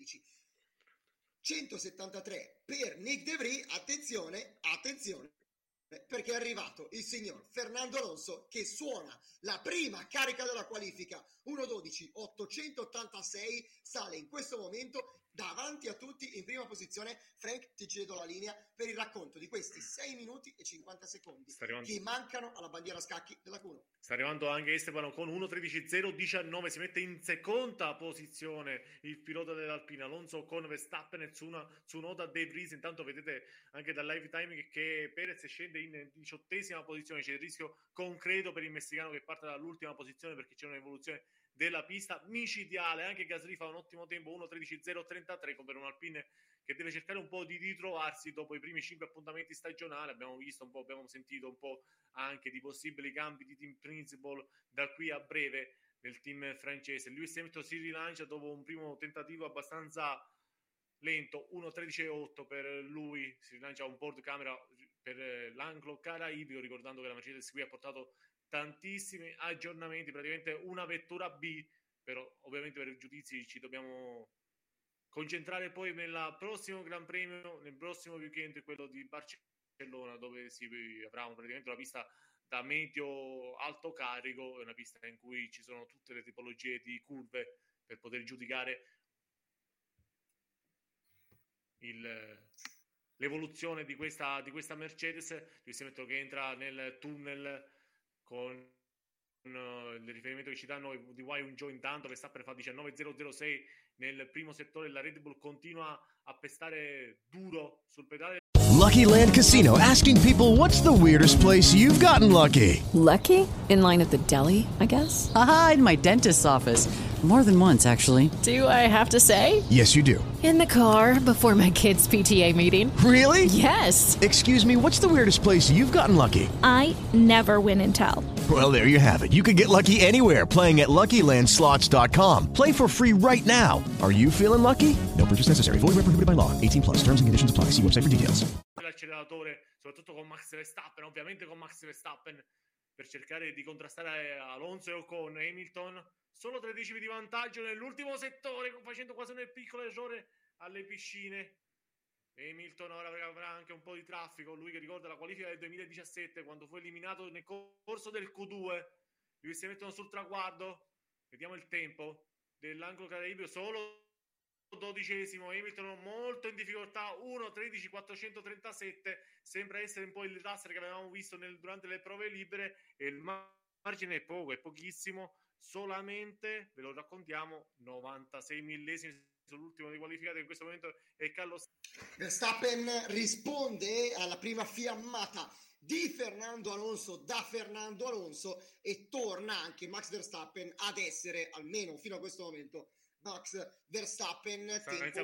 1:13.173 per Nick De Vries. attenzione, perché è arrivato il signor Fernando Alonso che suona la prima carica della qualifica, 1:12.886, sale in questo momento davanti a tutti in prima posizione. Frank, ti cedo la linea per il racconto di questi 6 minuti e 50 secondi che mancano alla bandiera scacchi della Q1. Sta arrivando anche Esteban con 1:13.019, si mette in seconda posizione il pilota dell'Alpina, Alonso con Verstappen e Tsunoda, De Vries. Intanto vedete anche dal live timing che Perez scende in 18ª posizione, c'è il rischio concreto per il messicano che parte dall'ultima posizione perché c'è un'evoluzione della pista micidiale. Anche Gasly fa un ottimo tempo, 1:13.033, per un Alpine che deve cercare un po' di ritrovarsi dopo i primi 5 appuntamenti stagionali. Abbiamo visto un po', abbiamo sentito un po' anche di possibili cambi di team principal da qui a breve nel team francese. Lewis Hamilton si rilancia dopo un primo tentativo abbastanza lento, 1:13.8 per lui, si rilancia un board camera per l'angolo caraibico, ricordando che la Mercedes qui ha portato tantissimi aggiornamenti, praticamente una vettura B, però ovviamente per i giudizi ci dobbiamo concentrare poi nel prossimo Gran Premio, nel prossimo weekend, quello di Barcellona, dove si avrà praticamente una pista da medio alto carico, è una pista in cui ci sono tutte le tipologie di curve per poter giudicare l'evoluzione di questa Mercedes. Lewis Hamilton che entra nel tunnel con il riferimento che ci danno di Why un Joe, intanto Verstappen fa 19.006 nel primo settore, la Red Bull continua a pestare duro sul pedale. Lucky Land Casino, asking people, what's the weirdest place you've gotten lucky? Lucky? In line at the deli, I guess? Aha, in my dentist's office. More than once, actually. Do I have to say? Yes, you do. In the car before my kids' PTA meeting. Really? Yes. Excuse me, what's the weirdest place you've gotten lucky? I never win and tell. Well, there you have it. You can get lucky anywhere, playing at LuckyLandSlots.com. Play for free right now. Are you feeling lucky? No purchase necessary. Void where prohibited by law. 18+. Terms and conditions apply. See website for details. L'acceleratore, soprattutto con Max Verstappen, ovviamente con Max Verstappen, per cercare di contrastare Alonso e Ocon. Hamilton solo 3 decimi di vantaggio nell'ultimo settore, facendo quasi un piccolo errore alle piscine. Hamilton ora avrà anche un po' di traffico, lui che ricorda la qualifica del 2017 quando fu eliminato nel corso del Q2. Lui si mettono sul traguardo, vediamo il tempo dell'angolo caraibico, solo 12esimo. Hamilton molto in difficoltà, 1.13.437, sembra essere un po' il disastro che avevamo visto durante le prove libere, e il margine è poco, è pochissimo, solamente, ve lo raccontiamo, 96 millesimi sull'ultimo di qualificato, in questo momento è Carlos. Verstappen risponde alla prima fiammata di Fernando Alonso da Fernando Alonso, e torna anche Max Verstappen ad essere, almeno fino a questo momento, Max Verstappen. Sainz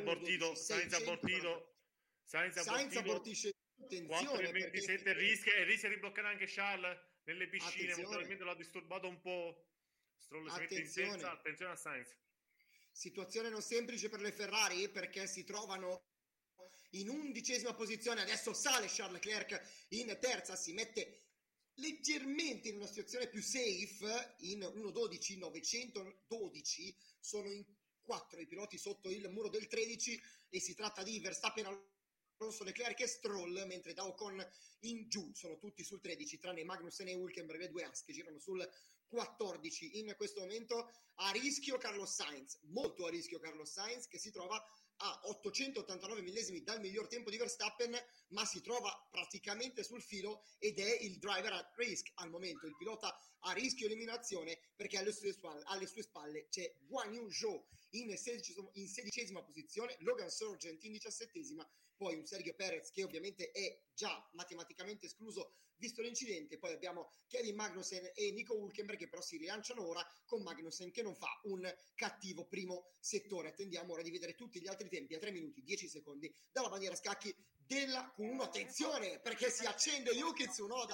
abortisce, attenzione, 4.27, rischia di ribloccare anche Charles nelle piscine, probabilmente l'ha disturbato un po'. Stroll si mette in senza, attenzione a Sainz. Situazione non semplice per le Ferrari, perché si trovano in 11ª posizione, adesso sale Charles Leclerc in terza, si mette leggermente in una situazione più safe, in 1.12, 912, sono in 4 i piloti sotto il muro del 13, e si tratta di Verstappen, Alonso, Leclerc e Stroll, mentre da Ocon in giù sono tutti sul 13, tranne Magnussen e Hülkenberg, le due Haas che girano sul 14. In questo momento a rischio Carlos Sainz, molto a rischio Carlos Sainz, che si trova a 889 millesimi dal miglior tempo di Verstappen, ma si trova praticamente sul filo ed è il driver at risk al momento, il pilota a rischio eliminazione, perché alle sue spalle c'è Guan Yu Zhou in 16ª posizione, Logan Sargent in 17ª, poi un Sergio Perez che ovviamente è già matematicamente escluso visto l'incidente, poi abbiamo Kevin Magnussen e Nico Hülkenberg che però si rilanciano ora, con Magnussen che non fa un cattivo primo settore. Attendiamo ora di vedere tutti gli altri tempi a 3 minuti 10 secondi dalla bandiera scacchi della Q1. Attenzione, perché si accende Yuki Tsunoda,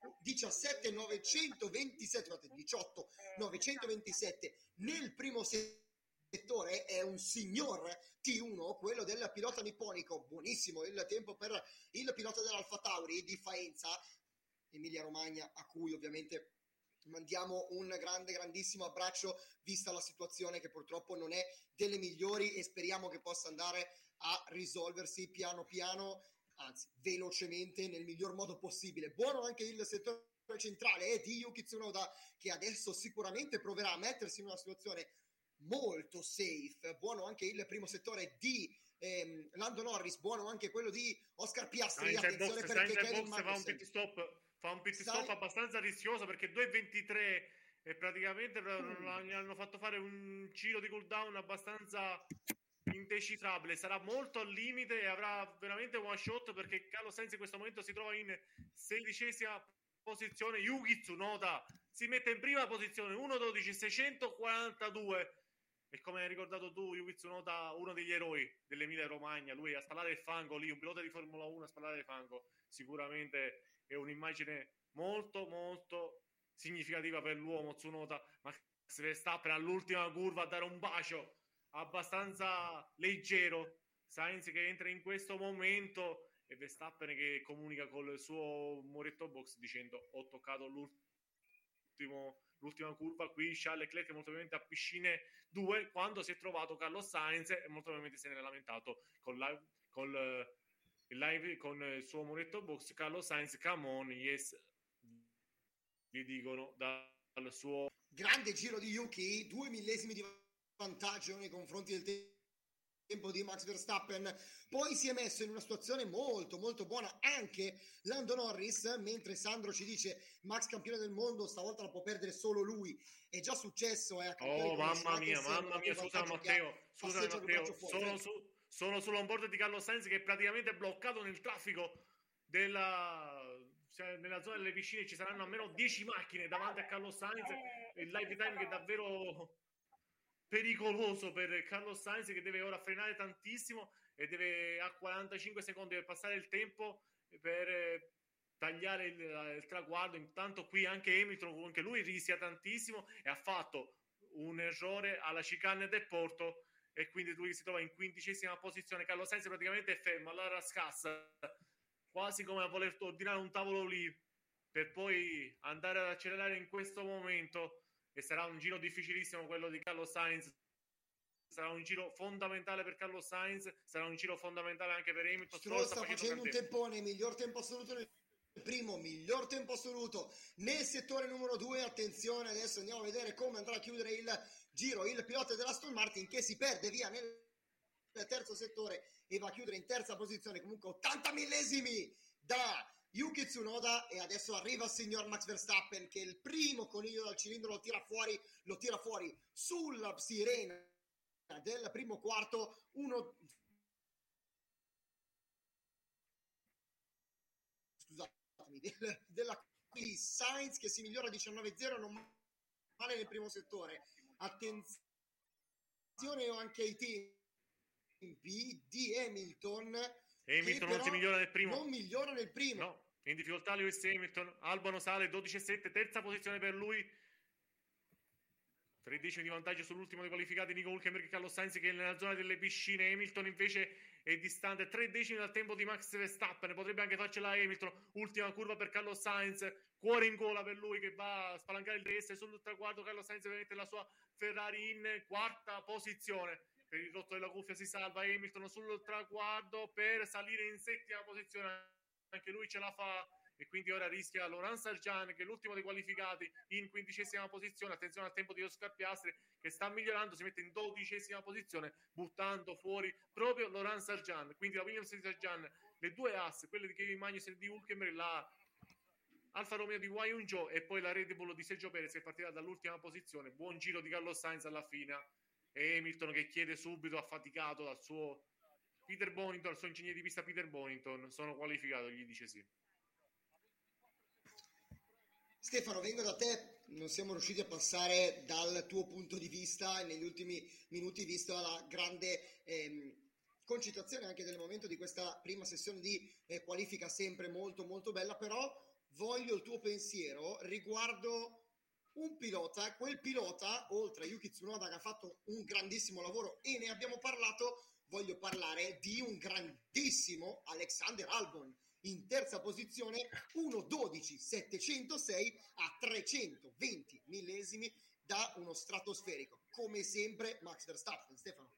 18.927 nel primo settore, è un signor T1 quello del pilota nipponico. Buonissimo il tempo per il pilota dell'Alfa Tauri di Faenza, Emilia Romagna, a cui ovviamente mandiamo un grandissimo abbraccio, vista la situazione che purtroppo non è delle migliori, e speriamo che possa andare a risolversi piano piano, anzi velocemente, nel miglior modo possibile. Buono anche il settore centrale di Yuki Tsunoda, che adesso sicuramente proverà a mettersi in una situazione molto safe. Buono anche il primo settore di Lando Norris, buono anche quello di Oscar Piastri. Attenzione perché Kevin Magnussen fa un pit stop abbastanza rischioso, perché 2.23 e praticamente gli hanno fatto fare un giro di cooldown abbastanza indecifrabile. Sarà molto al limite e avrà veramente one shot, perché Carlos Sainz in questo momento si trova in 16ª posizione. Yuki Tsunoda si mette in prima posizione, 1.12.642, e come hai ricordato tu, Yuki Tsunoda, uno degli eroi dell'Emilia Romagna, lui a spallare il fango lì, un pilota di Formula 1 a spallare il fango, sicuramente è un'immagine molto molto significativa per l'uomo Tsunoda. Max Verstappen all'ultima curva a dare un bacio abbastanza leggero, Sainz che entra in questo momento e Verstappen che comunica col suo muretto box dicendo: ho toccato l'ultima curva qui. Charles Leclerc molto probabilmente a piscine 2, quando si è trovato Carlos Sainz, e molto probabilmente se ne è lamentato con il suo muretto box. Carlos Sainz, come on, yes, gli dicono dal suo... Grande giro di Yuki, 2 millesimi di vantaggio nei confronti del tempo di Max Verstappen. Poi si è messo in una situazione molto molto buona anche Lando Norris, mentre Sandro ci dice Max campione del mondo, stavolta la può perdere solo lui. È già successo, Oh mamma mia, scusa Matteo, sono sull'onboard di Carlos Sainz che è praticamente bloccato nel traffico nella zona delle piscine. Ci saranno almeno 10 macchine davanti a Carlos Sainz. Il live time che è davvero pericoloso per Carlos Sainz, che deve ora frenare tantissimo e deve a 45 secondi per passare il tempo per tagliare il traguardo. Intanto qui anche Hamilton, anche lui rischia tantissimo e ha fatto un errore alla chicane del porto e quindi lui si trova in 15ª posizione. Carlos Sainz praticamente è fermo, allora scassa quasi come a voler ordinare un tavolo lì per poi andare ad accelerare in questo momento. E sarà un giro difficilissimo quello di Carlos Sainz, sarà un giro fondamentale per Carlos Sainz, sarà un giro fondamentale anche per Hamilton. Stroll sta facendo un tempone, miglior tempo assoluto nel primo, miglior tempo assoluto nel settore numero 2. Attenzione, adesso andiamo a vedere come andrà a chiudere il giro il pilota dell'Aston Martin, che si perde via nel terzo settore e va a chiudere in terza posizione, comunque 80 millesimi da Yuki Tsunoda. E adesso arriva il signor Max Verstappen, che il primo coniglio dal cilindro lo tira fuori sulla sirena del primo quarto. Della Sainz che si migliora 19-0, non male nel primo settore. Attenzione anche ai tempi di Hamilton non si migliora nel primo. Non migliora nel primo. No, in difficoltà Lewis Hamilton. Albon sale 12-7, terza posizione per lui. 3 decimi di vantaggio sull'ultimo dei qualificati Nico Hülkenberg e Carlos Sainz, che è nella zona delle piscine. Hamilton invece è distante 3 decimi dal tempo di Max Verstappen, potrebbe anche farcela Hamilton. Ultima curva per Carlos Sainz, cuore in gola per lui che va a spalancare il DS sul traguardo. Carlos Sainz mette la sua Ferrari in quarta posizione. Per il rotto della cuffia si salva Hamilton sul traguardo per salire in settima posizione, anche lui ce la fa. E quindi ora rischia Laurent Sargeant, che è l'ultimo dei qualificati, in 15ª posizione. Attenzione al tempo di Oscar Piastri che sta migliorando, si mette in 12ª posizione buttando fuori proprio Laurent Sargeant. Quindi la Williams di Sargeant, le due asse, quelle di Kevin Magnussen e di Hülkenberg, la Alfa Romeo di Wei Yun Zhou e poi la Red Bull di Sergio Perez, che è partita dall'ultima posizione. Buon giro di Carlos Sainz alla fine, e Hamilton che chiede subito, affaticato dal suo Peter Bonington, il suo ingegnere di pista Peter Bonington: sono qualificato, gli dice sì. Stefano, vengo da te, non siamo riusciti a passare dal tuo punto di vista e negli ultimi minuti, visto la grande concitazione anche del momento di questa prima sessione di qualifica, sempre molto molto bella, però voglio il tuo pensiero riguardo un pilota, quel pilota, oltre a Yuki Tsunoda che ha fatto un grandissimo lavoro e ne abbiamo parlato, voglio parlare di un grandissimo Alexander Albon, in terza posizione, 1.12.706 a 320 millesimi da uno stratosferico. Come sempre Max Verstappen. Stefano.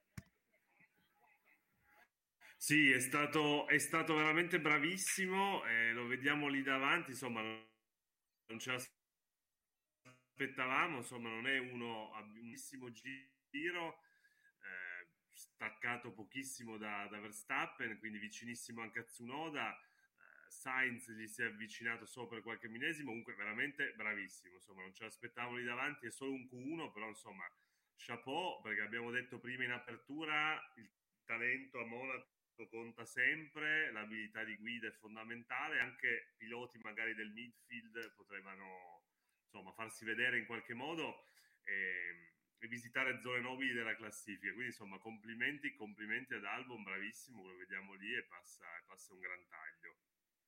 Sì, è stato veramente bravissimo, lo vediamo lì davanti, insomma non ce l'aspettavamo, insomma non è uno a buonissimo giro, staccato pochissimo da Verstappen, quindi vicinissimo anche a Tsunoda. Sainz gli si è avvicinato solo per qualche millesimo, comunque veramente bravissimo, insomma non ce l'aspettavo lì davanti, è solo un Q1, però insomma chapeau, perché abbiamo detto prima in apertura, il talento a Monaco conta sempre, l'abilità di guida è fondamentale, anche piloti magari del midfield potevano insomma farsi vedere in qualche modo e visitare zone nobili della classifica, quindi insomma complimenti ad Albon, bravissimo, lo vediamo lì e passa un gran taglio.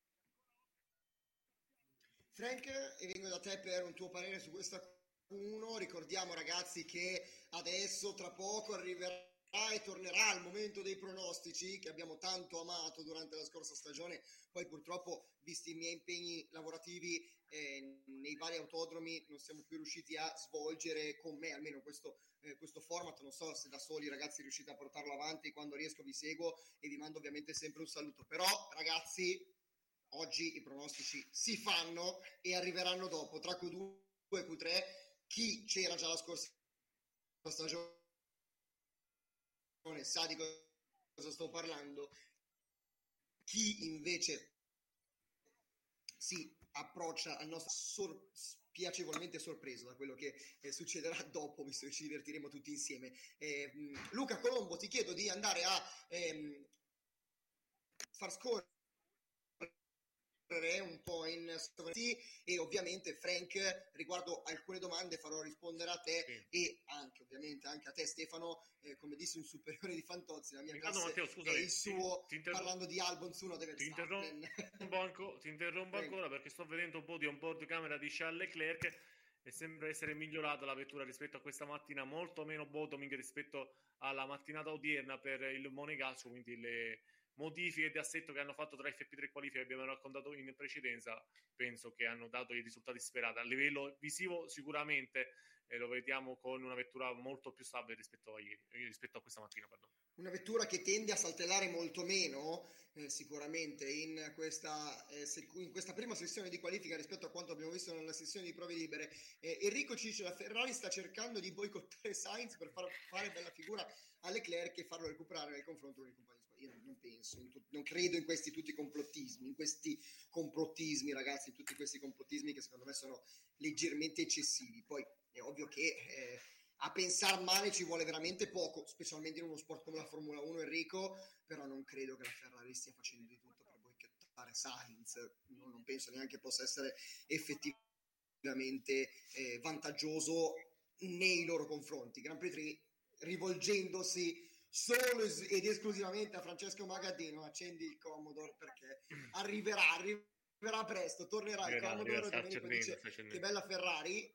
Frank, e vengo da te per un tuo parere su questa Q1. Ricordiamo ragazzi che adesso tra poco arriverà e tornerà il momento dei pronostici che abbiamo tanto amato durante la scorsa stagione. Poi purtroppo, visti i miei impegni lavorativi nei vari autodromi, non siamo più riusciti a svolgere con me almeno questo format. Non so se da soli ragazzi riuscite a portarlo avanti, quando riesco vi seguo e vi mando ovviamente sempre un saluto. Però ragazzi, oggi i pronostici si fanno e arriveranno dopo, tra Q2 e Q3. Chi c'era già la scorsa stagione sa di cosa cosa sto parlando. Chi invece si approccia al nostro piacevolmente sorpreso da quello che succederà dopo, visto che ci divertiremo tutti insieme. Luca Colombo, ti chiedo di andare a far scorrere un po' in e ovviamente Frank, riguardo alcune domande farò rispondere a te e anche ovviamente anche a te Stefano, come disse un superiore di Fantozzi, la mia classe Matteo, scusami, è il suo, parlando di album su uno deve ti interrompo ancora perché sto vedendo un po' di on-board camera di Charles Leclerc e sembra essere migliorata la vettura rispetto a questa mattina, molto meno bottoming rispetto alla mattinata odierna per il Monegasco, quindi le modifiche di assetto che hanno fatto tra FP3 e qualifica che abbiamo raccontato in precedenza penso che hanno dato i risultati sperati. A livello visivo sicuramente lo vediamo con una vettura molto più stabile rispetto a questa mattina, pardon. Una vettura che tende a saltellare molto meno sicuramente in questa prima sessione di qualifica rispetto a quanto abbiamo visto nella sessione di prove libere. Enrico ci dice la Ferrari sta cercando di boicottare Sainz per fare bella figura a Leclerc e farlo recuperare nel confronto con i compagni. Io non penso, non credo in questi tutti complottismi, ragazzi, in tutti questi complottismi che secondo me sono leggermente eccessivi. Poi è ovvio che a pensare male ci vuole veramente poco, specialmente in uno sport come la Formula 1, Enrico, però non credo che la Ferrari stia facendo di tutto per boicottare Sainz, non penso neanche possa essere effettivamente vantaggioso nei loro confronti. Grand Prix 3 rivolgendosi solo ed esclusivamente a Francesco Magaddino, accendi il Commodore perché arriverà presto, tornerà il Commodore. Domenico dice che bella Ferrari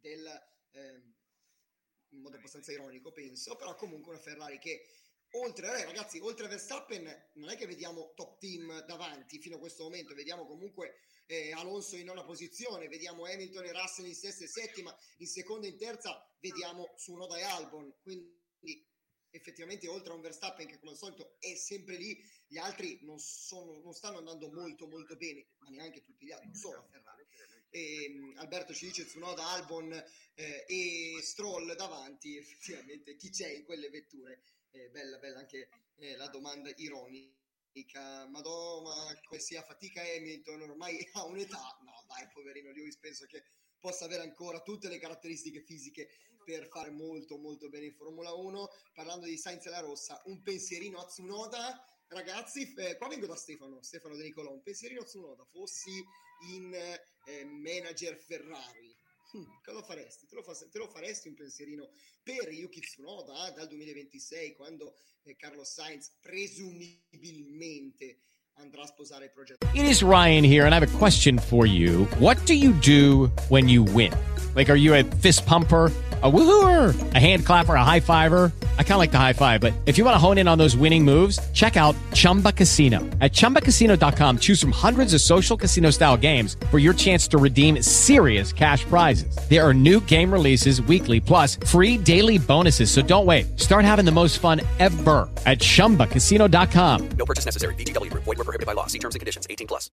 in modo abbastanza ironico penso, però comunque una Ferrari che oltre a Verstappen non è che vediamo top team davanti fino a questo momento, vediamo comunque Alonso in nona posizione, vediamo Hamilton e Russell in sesta e settima, in seconda e in terza vediamo Tsunoda e Albon, quindi effettivamente oltre a un Verstappen che come al solito è sempre lì, gli altri non stanno andando molto molto bene, ma neanche tutti gli altri, non solo la Ferrari. Alberto ci dice Tsunoda, Albon e Stroll davanti, effettivamente chi c'è in quelle vetture? Bella anche la domanda ironica. Madonna, come sia fatica Hamilton, ormai ha un'età, no dai poverino Lewis, penso che possa avere ancora tutte le caratteristiche fisiche per fare molto molto bene in Formula 1. Parlando di Sainz e la rossa, un pensierino a Tsunoda, ragazzi, qua vengo da Stefano De Nicolò, un pensierino a Tsunoda, fossi in manager Ferrari, cosa faresti? Te lo faresti un pensierino per Yuki Tsunoda dal 2026 quando Carlos Sainz presumibilmente andrà a sposare il progetto? It is Ryan here, and I have a question for you. What do you do when you win? Like, are you a fist pumper, a woohooer, a hand clapper, a high fiver? I kind of like the high five, but if you want to hone in on those winning moves, check out Chumba Casino. At ChumbaCasino.com, choose from hundreds of social casino-style games for your chance to redeem serious cash prizes. There are new game releases weekly, plus free daily bonuses, so don't wait. Start having the most fun ever at ChumbaCasino.com. No purchase necessary. VGW Group. Void where prohibited by law. See terms and conditions. 18+.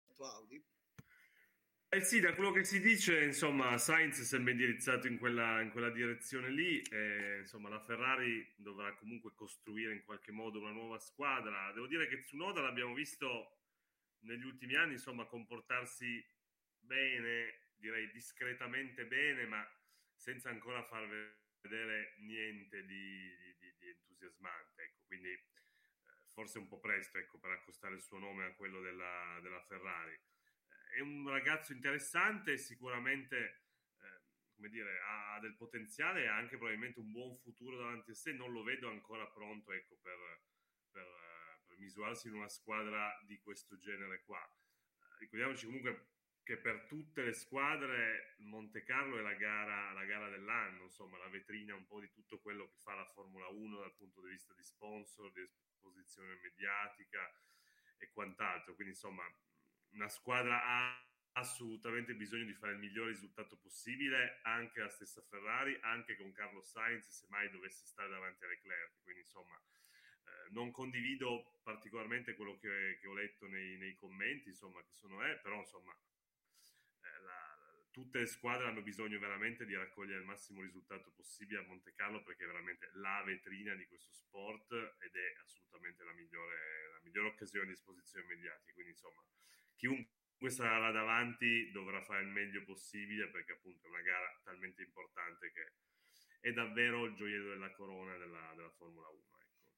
Sì, da quello che si dice, insomma, Sainz sembra indirizzato in quella direzione lì, insomma la Ferrari dovrà comunque costruire in qualche modo una nuova squadra. Devo dire che Tsunoda l'abbiamo visto negli ultimi anni, insomma, comportarsi bene, direi discretamente bene, ma senza ancora far vedere niente di entusiasmante, ecco, quindi forse un po' presto, ecco, per accostare il suo nome a quello della Ferrari. È un ragazzo interessante, sicuramente come dire, ha del potenziale e ha anche probabilmente un buon futuro davanti a sé. Non lo vedo ancora pronto, ecco, per misurarsi in una squadra di questo genere qua. Ricordiamoci comunque che per tutte le squadre Monte Carlo è la gara dell'anno, insomma la vetrina un po' di tutto quello che fa la Formula 1 dal punto di vista di sponsor, di esposizione mediatica e quant'altro. Quindi insomma una squadra ha assolutamente bisogno di fare il miglior risultato possibile, anche la stessa Ferrari, anche con Carlos Sainz se mai dovesse stare davanti a Leclerc. Quindi insomma non condivido particolarmente quello che ho letto nei commenti, insomma, che però insomma tutte le squadre hanno bisogno veramente di raccogliere il massimo risultato possibile a Monte Carlo, perché è veramente la vetrina di questo sport ed è assolutamente la migliore occasione a disposizione mediatica. Quindi insomma, chiunque sarà là davanti dovrà fare il meglio possibile, perché appunto è una gara talmente importante che è davvero il gioiello della corona della Formula 1.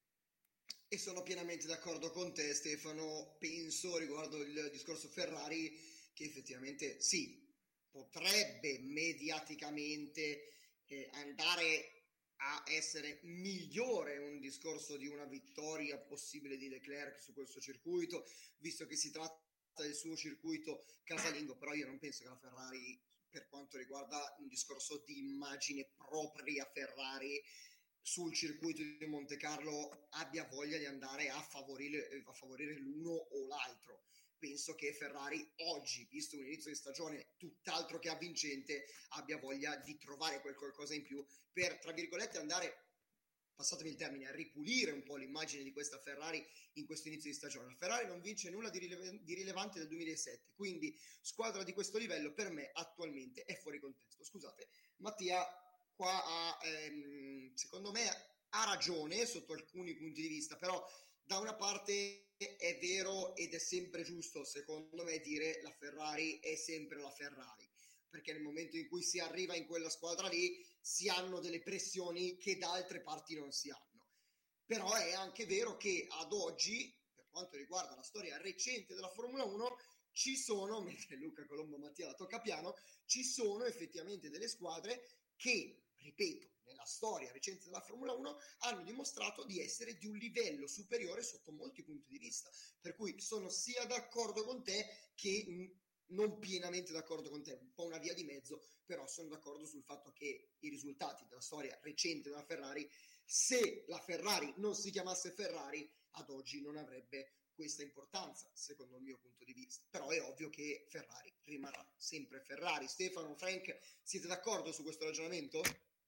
E sono pienamente d'accordo con te, Stefano. Penso, riguardo il discorso Ferrari, che effettivamente sì, potrebbe mediaticamente andare a essere migliore un discorso di una vittoria possibile di Leclerc su questo circuito, visto che si tratta del suo circuito casalingo. Però io non penso che la Ferrari, per quanto riguarda un discorso di immagine propria Ferrari, sul circuito di Monte Carlo abbia voglia di andare a favorire l'uno o l'altro. Penso che Ferrari oggi, visto un inizio di stagione tutt'altro che avvincente, abbia voglia di trovare quel qualcosa in più per, tra virgolette, andare, passatemi il termine, a ripulire un po' l'immagine di questa Ferrari in questo inizio di stagione. La Ferrari non vince nulla di rilevante dal 2007, quindi squadra di questo livello per me attualmente è fuori contesto. Scusate, Mattia qua secondo me ha ragione sotto alcuni punti di vista, però da una parte è vero ed è sempre giusto secondo me dire la Ferrari è sempre la Ferrari, perché nel momento in cui si arriva in quella squadra lì si hanno delle pressioni che da altre parti non si hanno. Però è anche vero che ad oggi, per quanto riguarda la storia recente della Formula 1, ci sono, mentre Luca Colombo Mattia la tocca piano, ci sono effettivamente delle squadre che, ripeto, nella storia recente della Formula 1 hanno dimostrato di essere di un livello superiore sotto molti punti di vista, per cui sono sia d'accordo con te che non pienamente d'accordo con te, un po' una via di mezzo, però sono d'accordo sul fatto che i risultati della storia recente della Ferrari, se la Ferrari non si chiamasse Ferrari, ad oggi non avrebbe questa importanza, secondo il mio punto di vista. Però è ovvio che Ferrari rimarrà sempre Ferrari. Stefano, Frank, siete d'accordo su questo ragionamento?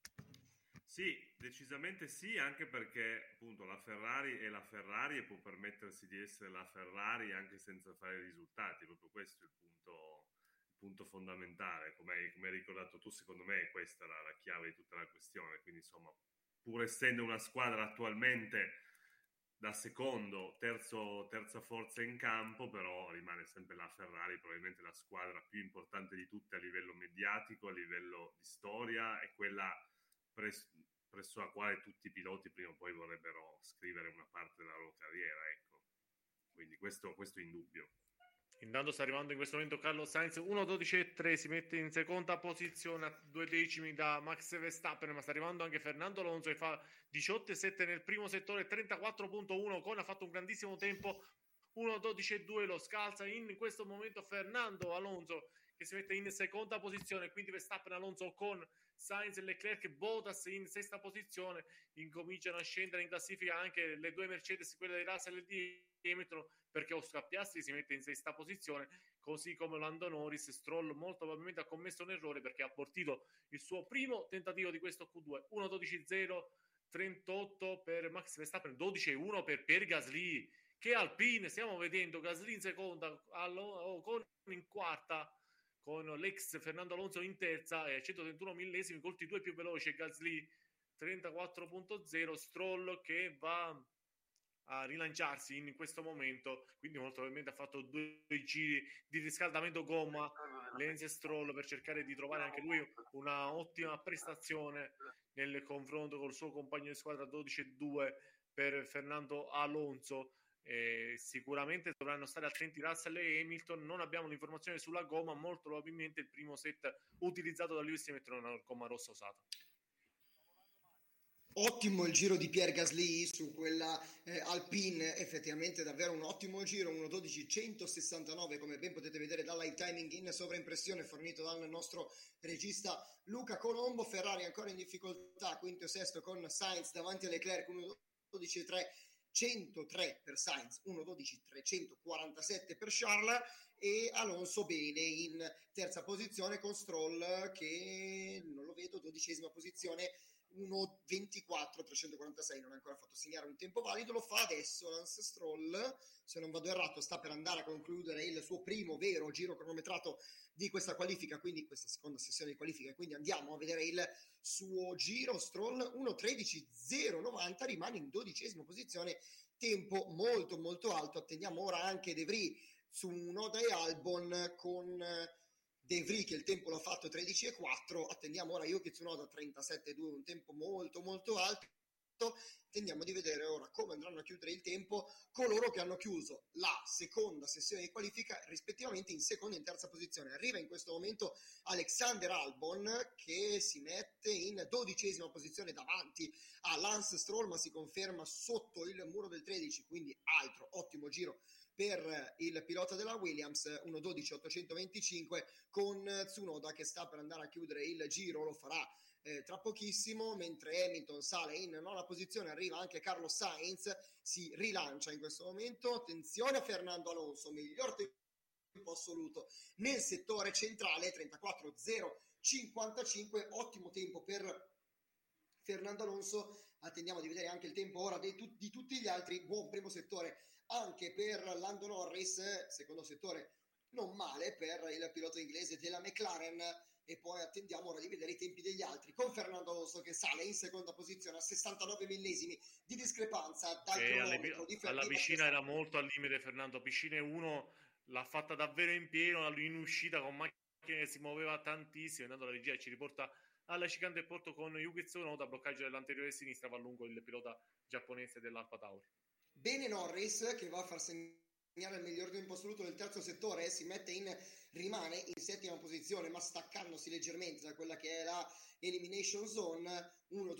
Sì, decisamente sì, anche perché appunto la Ferrari è la Ferrari e può permettersi di essere la Ferrari anche senza fare risultati. Proprio questo è il punto fondamentale. Come hai ricordato tu, secondo me è questa la chiave di tutta la questione. Quindi insomma, pur essendo una squadra attualmente da terza forza in campo, però rimane sempre la Ferrari, probabilmente la squadra più importante di tutte a livello mediatico, a livello di storia, e quella presso la quale tutti i piloti prima o poi vorrebbero scrivere una parte della loro carriera, ecco. Quindi questo è indubbio. Intanto sta arrivando in questo momento Carlos Sainz 1.12.3, si mette in seconda posizione a 2 decimi da Max Verstappen, ma sta arrivando anche Fernando Alonso che fa 18.7 nel primo settore, 34.1 con ha fatto un grandissimo tempo, 1.12.2 lo scalza in questo momento Fernando Alonso che si mette in seconda posizione, quindi Verstappen, Alonso con Sainz e Leclerc, Bottas in sesta posizione, incominciano a scendere in classifica anche le due Mercedes, quelle di Russell e di Hamilton, perché Oscar Piastri si mette in sesta posizione, così come Lando Norris. Stroll molto probabilmente ha commesso un errore perché ha abortito il suo primo tentativo di questo Q2, 1.12.0, 38 per Max Verstappen, 12.1 per Pierre Gasly, che Alpine stiamo vedendo, Gasly in seconda, con in quarta, con l'ex Fernando Alonso in terza, 131 millesimi, colti due più veloce Gasly 34.0, Stroll che va a rilanciarsi in questo momento, quindi molto probabilmente ha fatto 2 giri di riscaldamento gomma Lance Stroll per cercare di trovare anche lui una ottima prestazione nel confronto col suo compagno di squadra. 12.2 per Fernando Alonso. Sicuramente dovranno stare attenti Russell e Hamilton. Non abbiamo l'informazione sulla gomma, molto probabilmente il primo set utilizzato da Lewis Hamilton è una gomma rossa usata. Ottimo il giro di Pierre Gasly su quella Alpine, effettivamente davvero un ottimo giro, 1.12.169 come ben potete vedere dal live timing in sovraimpressione fornito dal nostro regista Luca Colombo. Ferrari ancora in difficoltà, quinto e sesto con Sainz davanti a Leclerc, 1.12.3, 103 per Sainz, 1.12.347 per Charles, e Alonso bene in terza posizione con Stroll che non lo vedo, 12ª posizione 1.24, 346, non ha ancora fatto segnare un tempo valido, lo fa adesso Lance Stroll, se non vado errato sta per andare a concludere il suo primo vero giro cronometrato di questa qualifica, quindi questa seconda sessione di qualifica, quindi andiamo a vedere il suo giro. Stroll 1.13.090, rimane in 12ª posizione, tempo molto molto alto. Attendiamo ora anche De Vries su Tsunoda e Albon, con De Vries che il tempo l'ha fatto 13.4, attendiamo ora Yuki Tsunoda 37.2, un tempo molto molto alto. Attendiamo di vedere ora come andranno a chiudere il tempo coloro che hanno chiuso la seconda sessione di qualifica rispettivamente in seconda e in terza posizione. Arriva in questo momento Alexander Albon che si mette in 12ª posizione davanti a Lance Stroll, ma si conferma sotto il muro del 13, quindi altro ottimo giro per il pilota della Williams, 1.12.825, con Tsunoda che sta per andare a chiudere il giro, lo farà tra pochissimo, mentre Hamilton sale in nona posizione. Arriva anche Carlos Sainz, si rilancia in questo momento. Attenzione a Fernando Alonso, miglior tempo assoluto nel settore centrale, 34.055, ottimo tempo per Fernando Alonso. Attendiamo di vedere anche il tempo ora di tutti gli altri. Buon primo settore anche per Lando Norris, secondo settore non male per il pilota inglese della McLaren, e poi attendiamo ora di vedere i tempi degli altri, con Fernando Alonso che sale in seconda posizione a 69 millesimi di discrepanza dal cronometro di alla vicina era molto al limite Fernando. Piscine 1 l'ha fatta davvero in pieno, in uscita con macchine che si muoveva tantissimo, andando alla regia e ci riporta alla chicane del porto con Yuki Tsunoda, bloccaggio dell'anteriore sinistra, va lungo il pilota giapponese dell'Alfa Tauri. Bene Norris che va a far segnare il miglior tempo assoluto del terzo settore, rimane in settima posizione ma staccandosi leggermente da quella che è la elimination zone,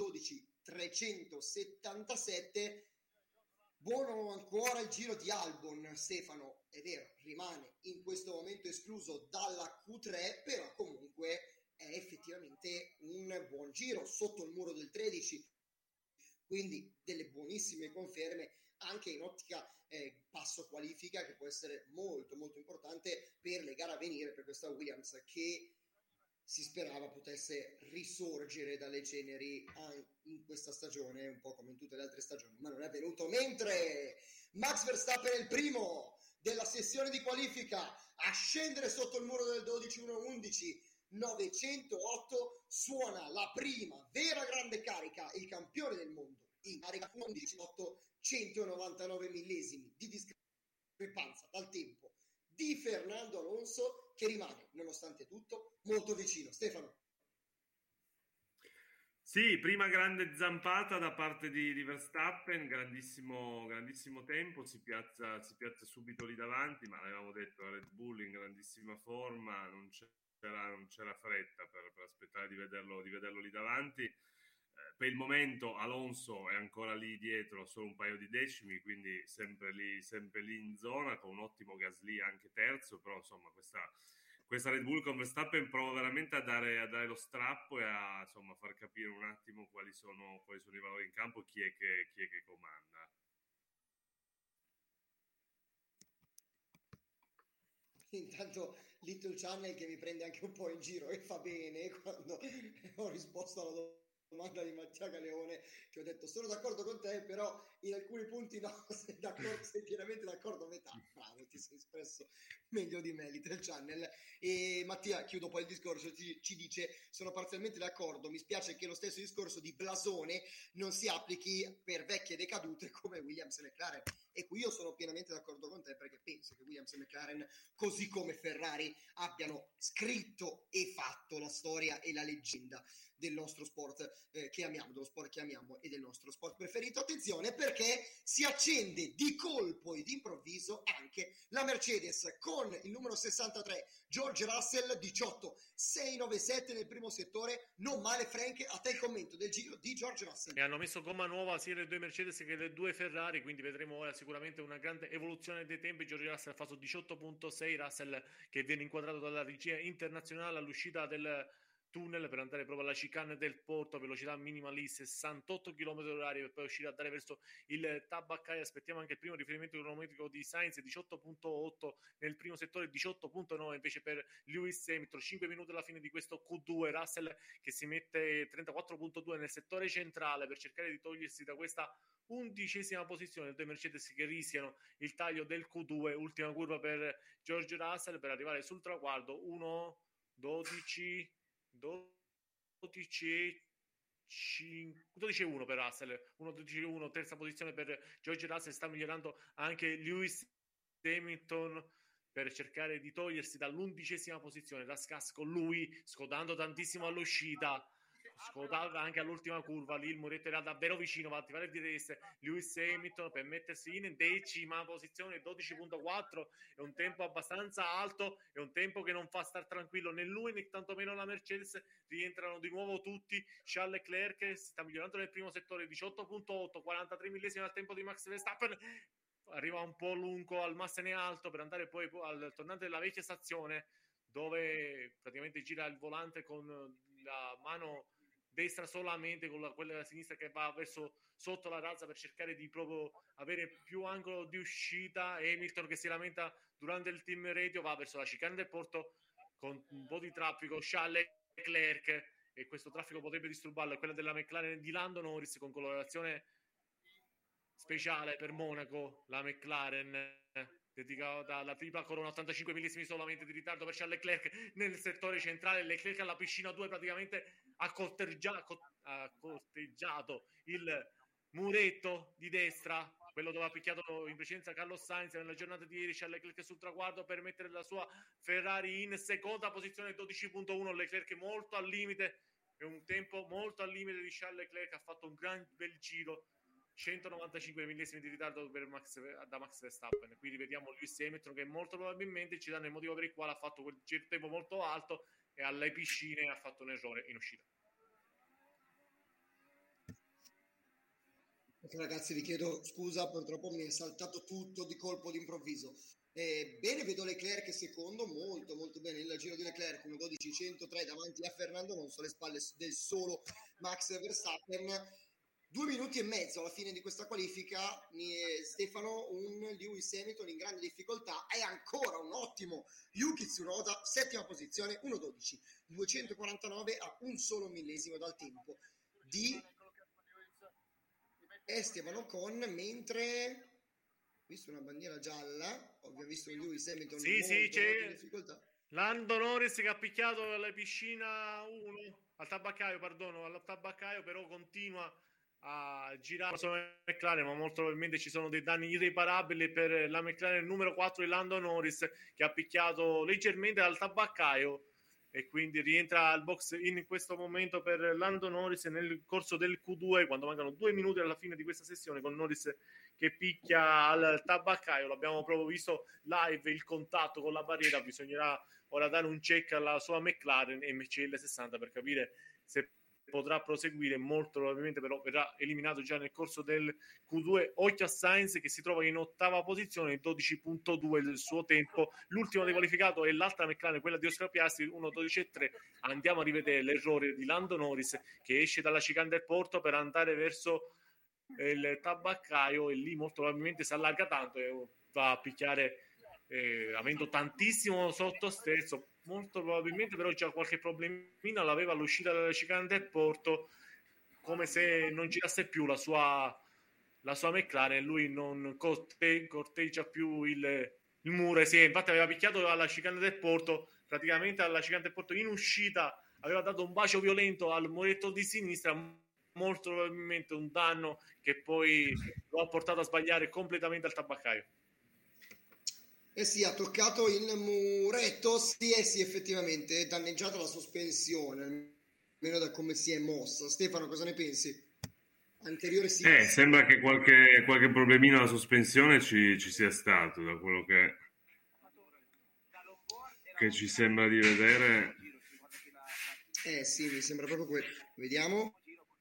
1.12.377. Buono ancora il giro di Albon, Stefano, è vero, rimane in questo momento escluso dalla Q3, però comunque è effettivamente un buon giro sotto il muro del 13, quindi delle buonissime conferme anche in ottica passo qualifica, che può essere molto molto importante per le gare a venire per questa Williams, che si sperava potesse risorgere dalle ceneri in questa stagione, un po' come in tutte le altre stagioni, ma non è avvenuto. Mentre Max Verstappen è il primo della sessione di qualifica a scendere sotto il muro del 12.1.11.908, suona la prima vera grande carica, il campione del mondo in carica, 11.199 millesimi di discrepanza dal tempo di Fernando Alonso, che rimane nonostante tutto molto vicino. Stefano. Sì, prima grande zampata da parte di Verstappen, grandissimo tempo, si piazza subito lì davanti, ma l'avevamo detto, la Red Bull in grandissima forma, non c'era fretta per aspettare di vederlo lì davanti. Per il momento Alonso è ancora lì dietro, solo un paio di decimi, quindi sempre lì in zona, con un ottimo Gasly anche terzo, però insomma questa Red Bull con Verstappen prova veramente a dare lo strappo e a insomma far capire un attimo quali sono i valori in campo, chi è che comanda. Intanto Little Channel che mi prende anche un po' in giro e fa bene quando ho risposto alla domanda di Mattia Galeone, che ho detto sono d'accordo con te, però in alcuni punti no, sei pienamente d'accordo a metà. Bravo, ti sei espresso meglio di me, Little Channel. E Mattia, chiudo poi il discorso, ci dice sono parzialmente d'accordo, mi spiace che lo stesso discorso di blasone non si applichi per vecchie decadute come Williams e McLaren, e qui io sono pienamente d'accordo con te, perché penso che Williams e McLaren, così come Ferrari, abbiano scritto e fatto la storia e la leggenda del nostro sport che amiamo, dello sport che amiamo e del nostro sport preferito. Attenzione, perché si accende di colpo e di improvviso anche la Mercedes con il numero 63 George Russell, 18.697 nel primo settore, non male. Frank, a te il commento del giro di George Russell. E hanno messo gomma nuova sia le due Mercedes che le due Ferrari, quindi vedremo ora sicuramente una grande evoluzione dei tempi. George Russell ha fatto 18.6, Russell che viene inquadrato dalla regia internazionale all'uscita del tunnel per andare proprio alla chicane del porto, velocità minima lì 68 km/h, per poi uscire a andare verso il Tabaccaio. Aspettiamo anche il primo riferimento cronometrico di Sainz, 18.8 nel primo settore, 18.9 invece per Lewis Hamilton. 5 minuti alla fine di questo Q2, Russell che si mette 34.2 nel settore centrale per cercare di togliersi da questa 11ª posizione. Due Mercedes che rischiano il taglio del Q2. Ultima curva per George Russell per arrivare sul traguardo. 12-1 per Russell, 1-12-1, terza posizione per George Russell. Sta migliorando anche Lewis Hamilton per cercare di togliersi dall'11ª posizione. Rascas con lui, scodando tantissimo all'uscita, scodava anche all'ultima curva. Lì il muretto era davvero vicino, va a attivare il DRS. Lewis Hamilton per mettersi in 10ª posizione, 12.4, è un tempo abbastanza alto, è un tempo che non fa star tranquillo né lui né tantomeno la Mercedes. Rientrano di nuovo tutti. Charles Leclerc si sta migliorando nel primo settore, 18.8, 43 millesimi al tempo di Max Verstappen. Arriva un po' lungo al Massene Alto per andare poi al tornante della vecchia stazione, dove praticamente gira il volante con la mano destra solamente, con quella della sinistra che va verso sotto la razza per cercare di proprio avere più angolo di uscita. Hamilton che si lamenta durante il team radio, va verso la chicane del porto con un po' di traffico. Charles Leclerc, e questo traffico potrebbe disturbarlo, è quella della McLaren di Lando Norris con colorazione speciale per Monaco, la McLaren dedicata alla tripla corona. 85 millesimi solamente di ritardo per Charles Leclerc nel settore centrale. Leclerc alla piscina 2 praticamente ha corteggiato il muretto di destra, quello dove ha picchiato in precedenza Carlos Sainz nella giornata di ieri. Charles Leclerc sul traguardo per mettere la sua Ferrari in seconda posizione, 12.1. Leclerc molto al limite, è un tempo molto al limite di Charles Leclerc, ha fatto un gran bel giro. 195 millesimi di ritardo da Max Verstappen. Qui rivediamo Lewis Hamilton che molto probabilmente ci danno il motivo per il quale ha fatto quel tempo molto alto e alle piscine ha fatto un errore in uscita. Ok, ragazzi, vi chiedo scusa, purtroppo mi è saltato tutto di colpo d'improvviso. Bene, vedo Leclerc secondo, molto molto bene il giro di Leclerc, 1.12.103 davanti a Fernando Alonso, alle spalle del solo Max Verstappen. 2 minuti e mezzo alla fine di questa qualifica, Stefano, un Lewis Hamilton in grande difficoltà, e ancora un ottimo Yuki Tsunoda, 7ª posizione, 1.12.249 a un solo millesimo dal tempo di Esteban Ocon, mentre visto una bandiera gialla, ho visto Lewis Hamilton molto in difficoltà. Lando Norris che ha picchiato alla piscina 1, al tabaccaio, però continua a girare sulla McLaren, ma molto probabilmente ci sono dei danni irreparabili per la McLaren numero 4 di Lando Norris, che ha picchiato leggermente al tabaccaio e quindi rientra al box in questo momento per Lando Norris nel corso del Q2, quando mancano 2 minuti alla fine di questa sessione, con Norris che picchia al tabaccaio. L'abbiamo proprio visto live, il contatto con la barriera. Bisognerà ora dare un check alla sua McLaren MCL60 per capire se potrà proseguire. Molto probabilmente però verrà eliminato già nel corso del Q2. Occhio a Sainz che si trova in 8ª posizione, 12.2 del suo tempo. L'ultimo dequalificato è l'altra McLaren, quella di Oscar Piastri, 1.12.3. Andiamo a rivedere l'errore di Lando Norris che esce dalla chicane del porto per andare verso il tabaccaio, e lì molto probabilmente si allarga tanto e va a picchiare avendo tantissimo sottosterzo. Molto probabilmente però già qualche problemino l'aveva all'uscita dalla chicane del porto, come se non girasse più la sua McLaren, lui non corteggia più il muro. Sì, infatti aveva picchiato alla chicane del porto, praticamente alla chicane del porto in uscita aveva dato un bacio violento al muretto di sinistra, molto probabilmente un danno che poi lo ha portato a sbagliare completamente al tabaccaio. Sì, ha toccato il muretto, sì, effettivamente, danneggiata la sospensione, almeno da come si è mossa. Stefano, cosa ne pensi? Anteriore sì. Sembra che qualche problemino alla sospensione ci sia stato, da quello che ci sembra di vedere. Sì, mi sembra proprio quello. Vediamo.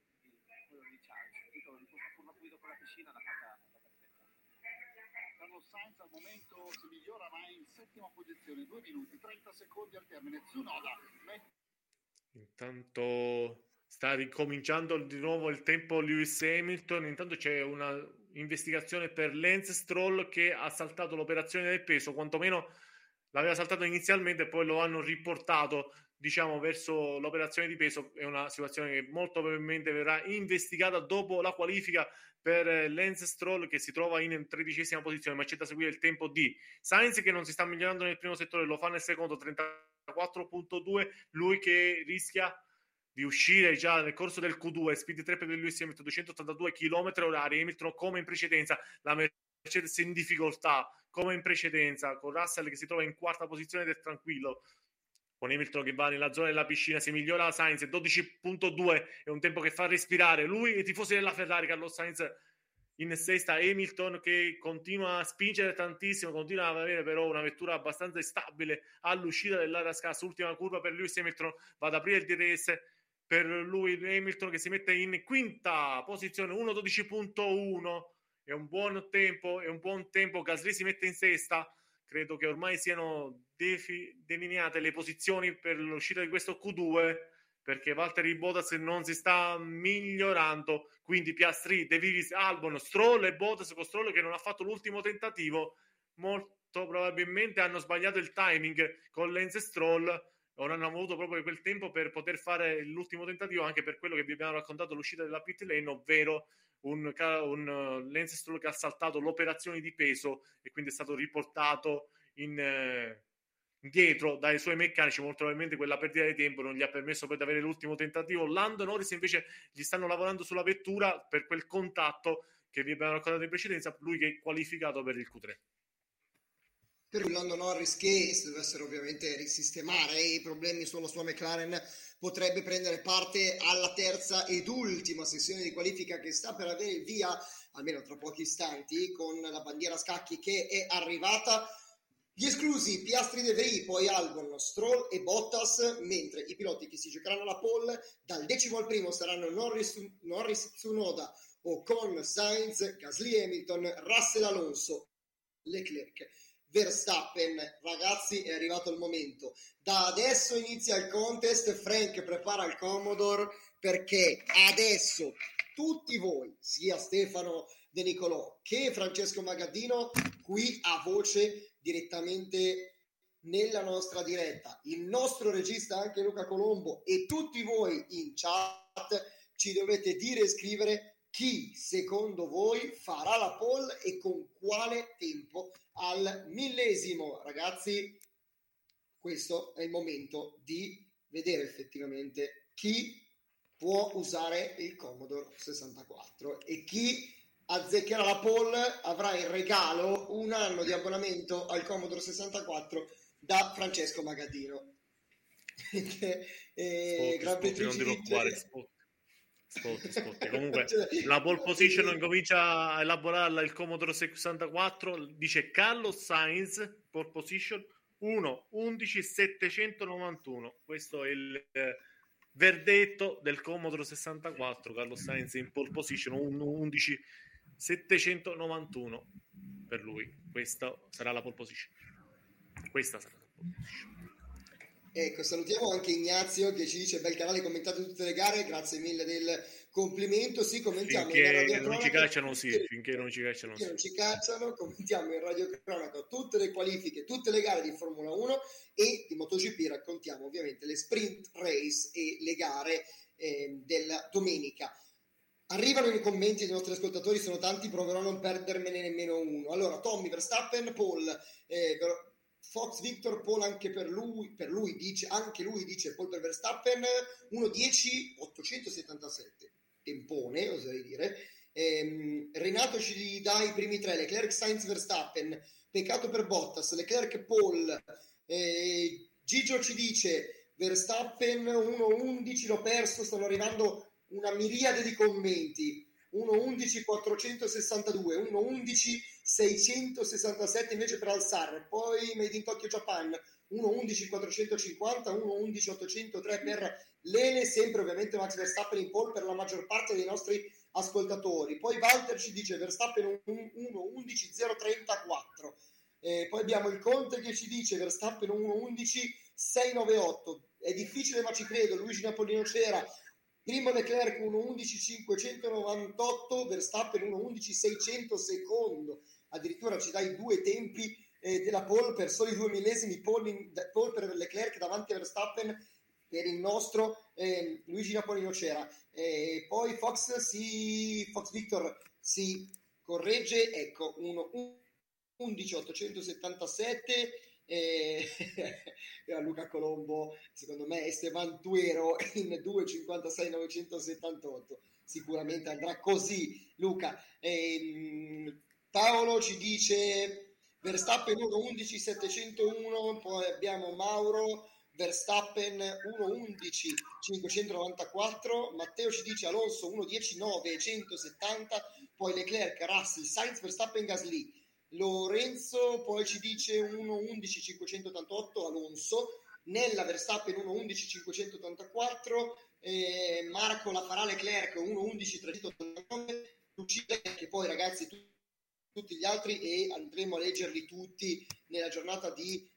Sainz al momento si migliora, ma è in 7ª posizione, 2 minuti 30 secondi al termine. Tsunoda Intanto sta ricominciando di nuovo il tempo Lewis Hamilton. Intanto c'è una investigazione per Lance Stroll che ha saltato l'operazione del peso, quantomeno l'aveva saltato inizialmente e poi lo hanno riportato, diciamo, verso l'operazione di peso. È una situazione che molto probabilmente verrà investigata dopo la qualifica per Lance Stroll, che si trova in 13ª posizione, ma c'è da seguire il tempo di Sainz, che non si sta migliorando nel primo settore, lo fa nel secondo, 34.2, lui che rischia di uscire già nel corso del Q2, speed trap del Lewis Hamilton 282 km/h. Hamilton come in precedenza, la Mercedes in difficoltà come in precedenza, con Russell che si trova in quarta posizione del tranquillo, con Hamilton che va nella zona della piscina. Si migliora Sainz, 12.2 è un tempo che fa respirare lui e i tifosi della Ferrari. Carlos Sainz in sesta, Hamilton che continua a spingere tantissimo, continua ad avere però una vettura abbastanza stabile all'uscita dell'area scarsa. Ultima curva per Lewis Hamilton, va ad aprire il DRS per lui, Hamilton che si mette in quinta posizione, 1.12.1, è un buon tempo. Gasly si mette in sesta. Credo che ormai siano delineate le posizioni per l'uscita di questo Q2, perché Valtteri Bottas non si sta migliorando, quindi Piastri, De Vries, Albon, Stroll e Bottas, con Stroll che non ha fatto l'ultimo tentativo. Molto probabilmente hanno sbagliato il timing con Lance Stroll, non hanno avuto proprio quel tempo per poter fare l'ultimo tentativo, anche per quello che vi abbiamo raccontato l'uscita della pit lane, ovvero un Lance Stroll che ha saltato l'operazione di peso e quindi è stato riportato indietro dai suoi meccanici. Molto probabilmente quella perdita di tempo non gli ha permesso poi di avere l'ultimo tentativo. Lando Norris invece gli stanno lavorando sulla vettura per quel contatto che vi abbiamo raccontato in precedenza, lui che è qualificato per il Q3. Per un Lando Norris che, se dovessero ovviamente risistemare i problemi sulla sua McLaren, potrebbe prendere parte alla terza ed ultima sessione di qualifica che sta per avere il via, almeno tra pochi istanti, con la bandiera a scacchi che è arrivata. Gli esclusi Piastri, De Vries, poi Albon, Stroll e Bottas, mentre i piloti che si giocheranno la pole dal 10° al 1° saranno Norris Tsunoda, Ocon, Sainz, Gasly, Hamilton, Russell, Alonso, Leclerc, Verstappen. Ragazzi, è arrivato il momento. Da adesso inizia il contest. Frank prepara il Commodore, perché adesso tutti voi, sia Stefano De Nicolò che Francesco Magaddino, qui a voce direttamente nella nostra diretta, il nostro regista anche Luca Colombo e tutti voi in chat, ci dovete dire e scrivere chi secondo voi farà la pole e con quale tempo al millesimo. Ragazzi, questo è il momento di vedere effettivamente chi può usare il Commodore 64 e chi azzeccherà la pole avrà in regalo un anno di abbonamento al Commodore 64 da Francesco Magaddino. Gran Petrucci dice... Spot. Comunque la pole position comincia a elaborarla il Commodore 64, dice Carlos Sainz, pole position 1.11.791. Questo è il verdetto del Commodore 64. Carlos Sainz in pole position 1.11.791 per lui. Questa sarà la pole position. Ecco, salutiamo anche Ignazio che ci dice: bel canale, commentate tutte le gare, grazie mille del complimento. Sì, commentiamo finché non ci cacciano, finché non ci cacciano, commentiamo in radiocronaca tutte le qualifiche, tutte le gare di Formula 1 e di MotoGP. Raccontiamo ovviamente le sprint race e le gare della domenica. Arrivano i commenti dei nostri ascoltatori, sono tanti, proverò a non perdermene nemmeno uno. Allora, Tommy Verstappen, Paul, Fox Victor, Paul anche per lui dice, Paul per Verstappen 1.10.877, tempone oserei dire. Renato ci dà i primi tre: Leclerc, Sainz, Verstappen. Peccato per Bottas, Leclerc, Paul. Gigio ci dice Verstappen 1.11, l'ho perso, stanno arrivando una miriade di commenti. 1.11.462, 1.11.667 invece per alzare, poi Made in Tokyo Japan 1.11.450, 1.11.803 per Lene, sempre ovviamente Max Verstappen in pole per la maggior parte dei nostri ascoltatori. Poi Walter ci dice Verstappen 1.11.034, Poi abbiamo il Conte che ci dice Verstappen 1.11 698, è difficile ma ci credo. Luigi Napolino c'era, primo Leclerc 1.11 598, Verstappen 1.11 600 secondo, addirittura ci dai due tempi della pole per soli 2 millesimi, pole per Leclerc davanti a Verstappen. Per il nostro Luigi Napolino c'era, poi Fox Victor si corregge, ecco 1.11 877, era Luca Colombo, secondo me Esteban Tuero in 2.56 978, sicuramente andrà così Luca. Paolo ci dice Verstappen 1.11 701, poi abbiamo Mauro Verstappen 1.11 594, Matteo ci dice Alonso 1.10 970, poi Leclerc, Russell, Sainz, Verstappen, Gasly. Lorenzo poi ci dice 1.11 588 Alonso, Nella Verstappen 1.11 584, Marco la farà Leclerc 1.11 389, Lucile, che poi ragazzi tutti gli altri, e andremo a leggerli tutti nella giornata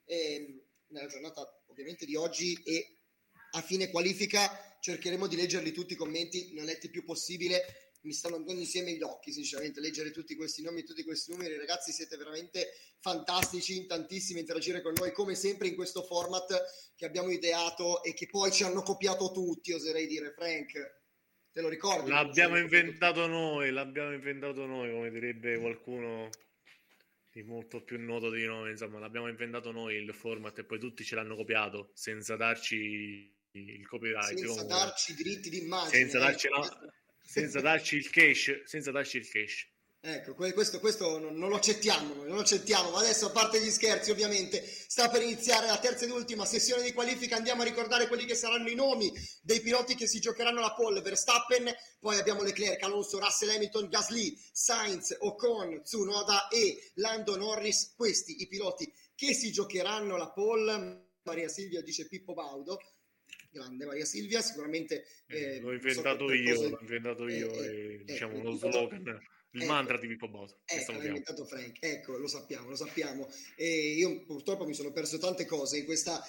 ovviamente di oggi, e a fine qualifica cercheremo di leggerli tutti i commenti, ne ho letti il più possibile. Mi stanno andando insieme gli occhi, sinceramente, leggere tutti questi nomi, tutti questi numeri. Ragazzi, siete veramente fantastici, in tantissimi, interagire con noi, come sempre in questo format che abbiamo ideato e che poi ci hanno copiato tutti, oserei dire. Frank, te lo ricordi? L'abbiamo inventato noi, come direbbe qualcuno di molto più noto di noi, insomma, l'abbiamo inventato noi il format e poi tutti ce l'hanno copiato senza darci il copyright, senza darci diritti d'immagine, senza darci il cash. Ecco, questo non lo accettiamo, noi non lo accettiamo. Ma adesso, a parte gli scherzi, ovviamente sta per iniziare la terza ed ultima sessione di qualifica. Andiamo a ricordare quelli che saranno i nomi dei piloti che si giocheranno la pole. Verstappen, poi abbiamo Leclerc, Alonso, Russell, Hamilton, Gasly, Sainz, Ocon, Tsunoda e Lando Norris. Questi i piloti che si giocheranno la pole. Maria Silvia dice Pippo Baudo. Grande Maria Silvia, sicuramente l'ho inventato io, diciamo uno slogan, il mantra di Pippo Baudo. L'ha inventato Frank, ecco, lo sappiamo. Io purtroppo mi sono perso tante cose in questo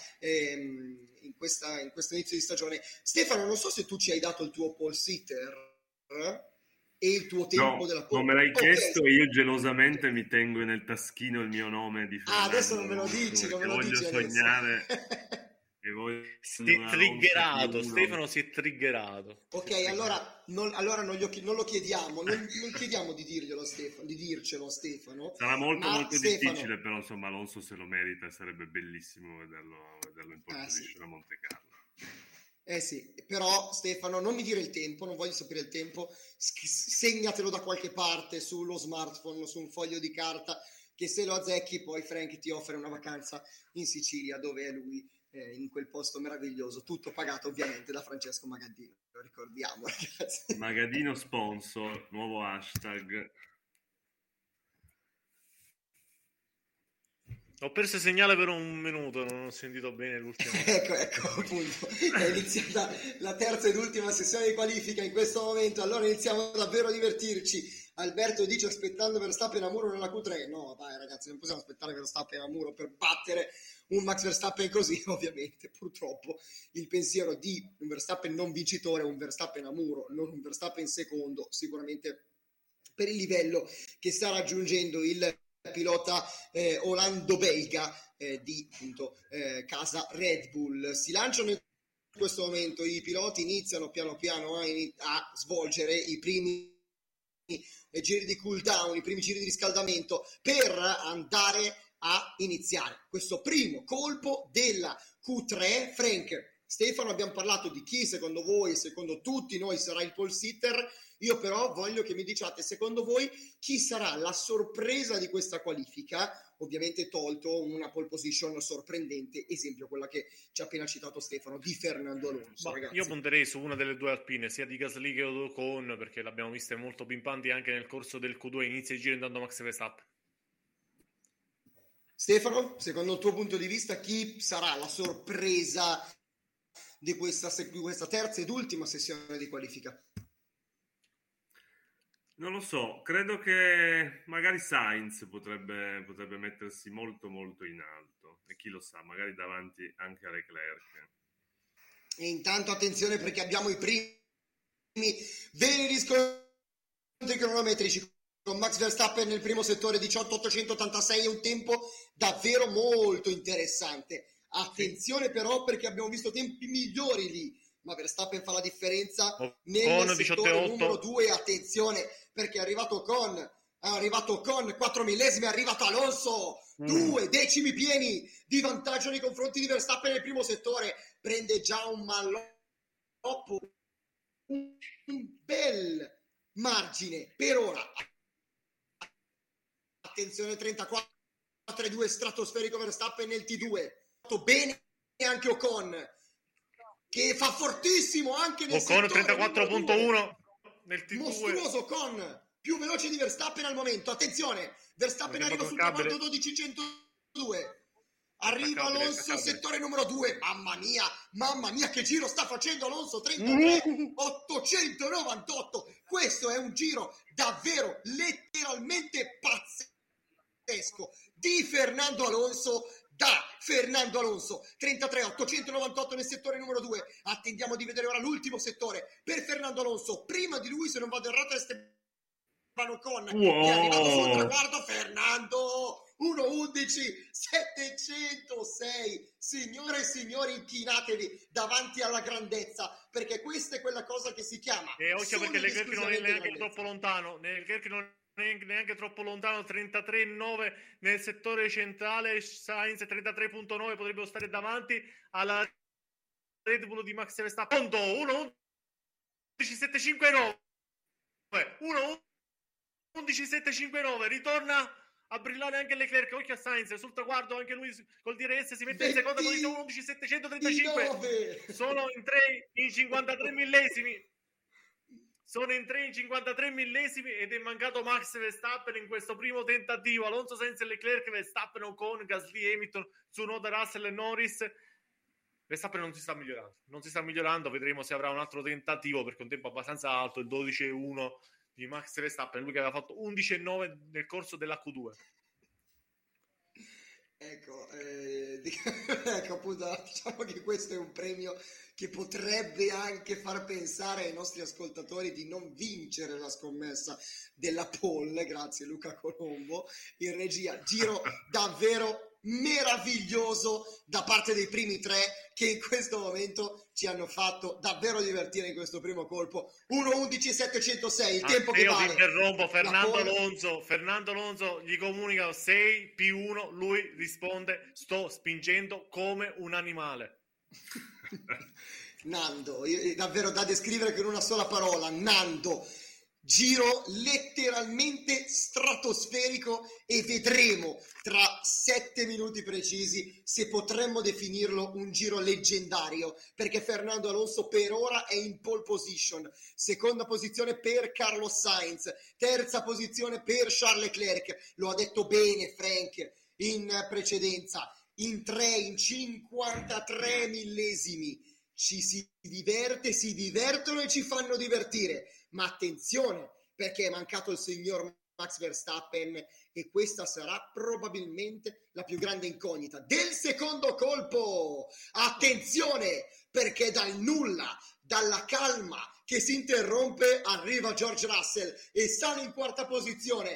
inizio di stagione. Stefano, non so se tu ci hai dato il tuo pole sitter e il tuo tempo della pole. Non me l'hai chiesto e io gelosamente mi tengo nel taschino il mio nome di Fernando. Adesso non me lo dici, voglio sognare. Stefano si è triggerato. Ok, allora non lo chiediamo, non chiediamo di dircelo a Stefano. Sarà molto difficile, però insomma Alonso se lo merita, sarebbe bellissimo vederlo in pole position a Monte Carlo. Sì, però Stefano non mi dire il tempo, non voglio sapere il tempo, segnatelo da qualche parte sullo smartphone, su un foglio di carta, che se lo azzecchi poi Frank ti offre una vacanza in Sicilia, dove è lui, in quel posto meraviglioso, tutto pagato ovviamente da Francesco Magadino, lo ricordiamo, ragazzi. Magadino sponsor, nuovo hashtag. Ho perso il segnale per un minuto, non ho sentito bene l'ultimo. ecco appunto, è iniziata la terza ed ultima sessione di qualifica in questo momento, allora iniziamo davvero a divertirci. Alberto dice aspettando Verstappen a muro nella Q3. No dai ragazzi, non possiamo aspettare Verstappen a muro per battere un Max Verstappen così, ovviamente. Purtroppo il pensiero di un Verstappen non vincitore, un Verstappen a muro, non un Verstappen secondo, sicuramente per il livello che sta raggiungendo il pilota olando-belga di appunto casa Red Bull. Si lanciano in questo momento i piloti, iniziano piano piano a svolgere i primi giri di cool down, i primi giri di riscaldamento per andare a iniziare questo primo colpo della Q3. Frank, Stefano, abbiamo parlato di chi secondo voi, secondo tutti noi sarà il pole sitter. Io però voglio che mi diciate secondo voi chi sarà la sorpresa di questa qualifica, ovviamente tolto una pole position sorprendente, esempio quella che ci ha appena citato Stefano, di Fernando Alonso. Io punterei su una delle due alpine, sia di Gasly che Ocon, perché l'abbiamo vista molto pimpanti anche nel corso del Q2, inizia il giro intanto Max Verstappen. Stefano, secondo il tuo punto di vista chi sarà la sorpresa di questa terza ed ultima sessione di qualifica? Non lo so, credo che magari Sainz potrebbe mettersi molto molto in alto, e chi lo sa, magari davanti anche a Leclerc. E intanto attenzione, perché abbiamo i primi veri riscontri cronometrici con Max Verstappen nel primo settore 18.886, è un tempo davvero molto interessante. Attenzione però, perché abbiamo visto tempi migliori lì, ma Verstappen fa la differenza nel settore numero 2. Attenzione, perché è arrivato con 4 millesimi, è arrivato Alonso, 2 decimi pieni di vantaggio nei confronti di Verstappen nel primo settore, prende già un malloppo, un bel margine per ora. Attenzione, 34,2 stratosferico Verstappen nel T2, fatto bene anche Ocon, che fa fortissimo anche nel Ocon settore 34.1 nel T2, mostruoso Ocon, più veloce di Verstappen al momento. Attenzione, Verstappen arriva sul traguardo 12.102, arriva Alonso, settore numero 2, mamma mia che giro sta facendo Alonso, 33.898, questo è un giro davvero letteralmente pazzesco di Fernando Alonso, 33.898 nel settore numero 2. Attendiamo di vedere ora l'ultimo settore per Fernando Alonso. Prima di lui, se non vado errato, è Esteban Ocon, che è arrivato sul traguardo. Fernando 1.11.706. Signore e signori, inchinatevi davanti alla grandezza, perché questa è quella cosa che si chiama, e occhio, perché Leclerc non è neanche troppo lontano, neanche troppo lontano, 33.9 nel settore centrale, Sainz 33.9, potrebbero stare davanti alla Red Bull di Max Verstappen. 1.11.759 1.11.759, ritorna a brillare anche Leclerc. Occhio a Sainz sul traguardo, anche lui col DRS si mette in seconda posizione, 1.11.735. Sono in 3 in 53 millesimi. Sono in 3 in 53 millesimi ed è mancato Max Verstappen in questo primo tentativo. Alonso, Sainz e Leclerc, Verstappen, Ocon, Gasly, Hamilton, Tsunoda, Russell e Norris. Verstappen non si sta migliorando, vedremo se avrà un altro tentativo, perché è un tempo abbastanza alto, il 12.1 di Max Verstappen, lui che aveva fatto 11.9 nel corso della Q2. Ecco, appunto, diciamo che questo è un premio che potrebbe anche far pensare ai nostri ascoltatori di non vincere la scommessa della pole. Grazie Luca Colombo in regia. Giro davvero meraviglioso da parte dei primi 3, che in questo momento ci hanno fatto davvero divertire in questo primo colpo. 1.11.706, il tempo che vale. Interrompo, Fernando Alonso gli comunica 6 più 1, lui risponde: sto spingendo come un animale. Nando, davvero da descrivere con una sola parola, Nando. Giro letteralmente stratosferico, e vedremo tra 7 minuti precisi se potremmo definirlo un giro leggendario, perché Fernando Alonso per ora è in pole position, seconda posizione per Carlos Sainz, terza posizione per Charles Leclerc. Lo ha detto bene Frank in precedenza, in 3 in 53 millesimi si divertono e ci fanno divertire. Ma attenzione, perché è mancato il signor Max Verstappen, e questa sarà probabilmente la più grande incognita del secondo colpo. Attenzione, perché dal nulla, dalla calma che si interrompe, arriva George Russell e sale in quarta posizione.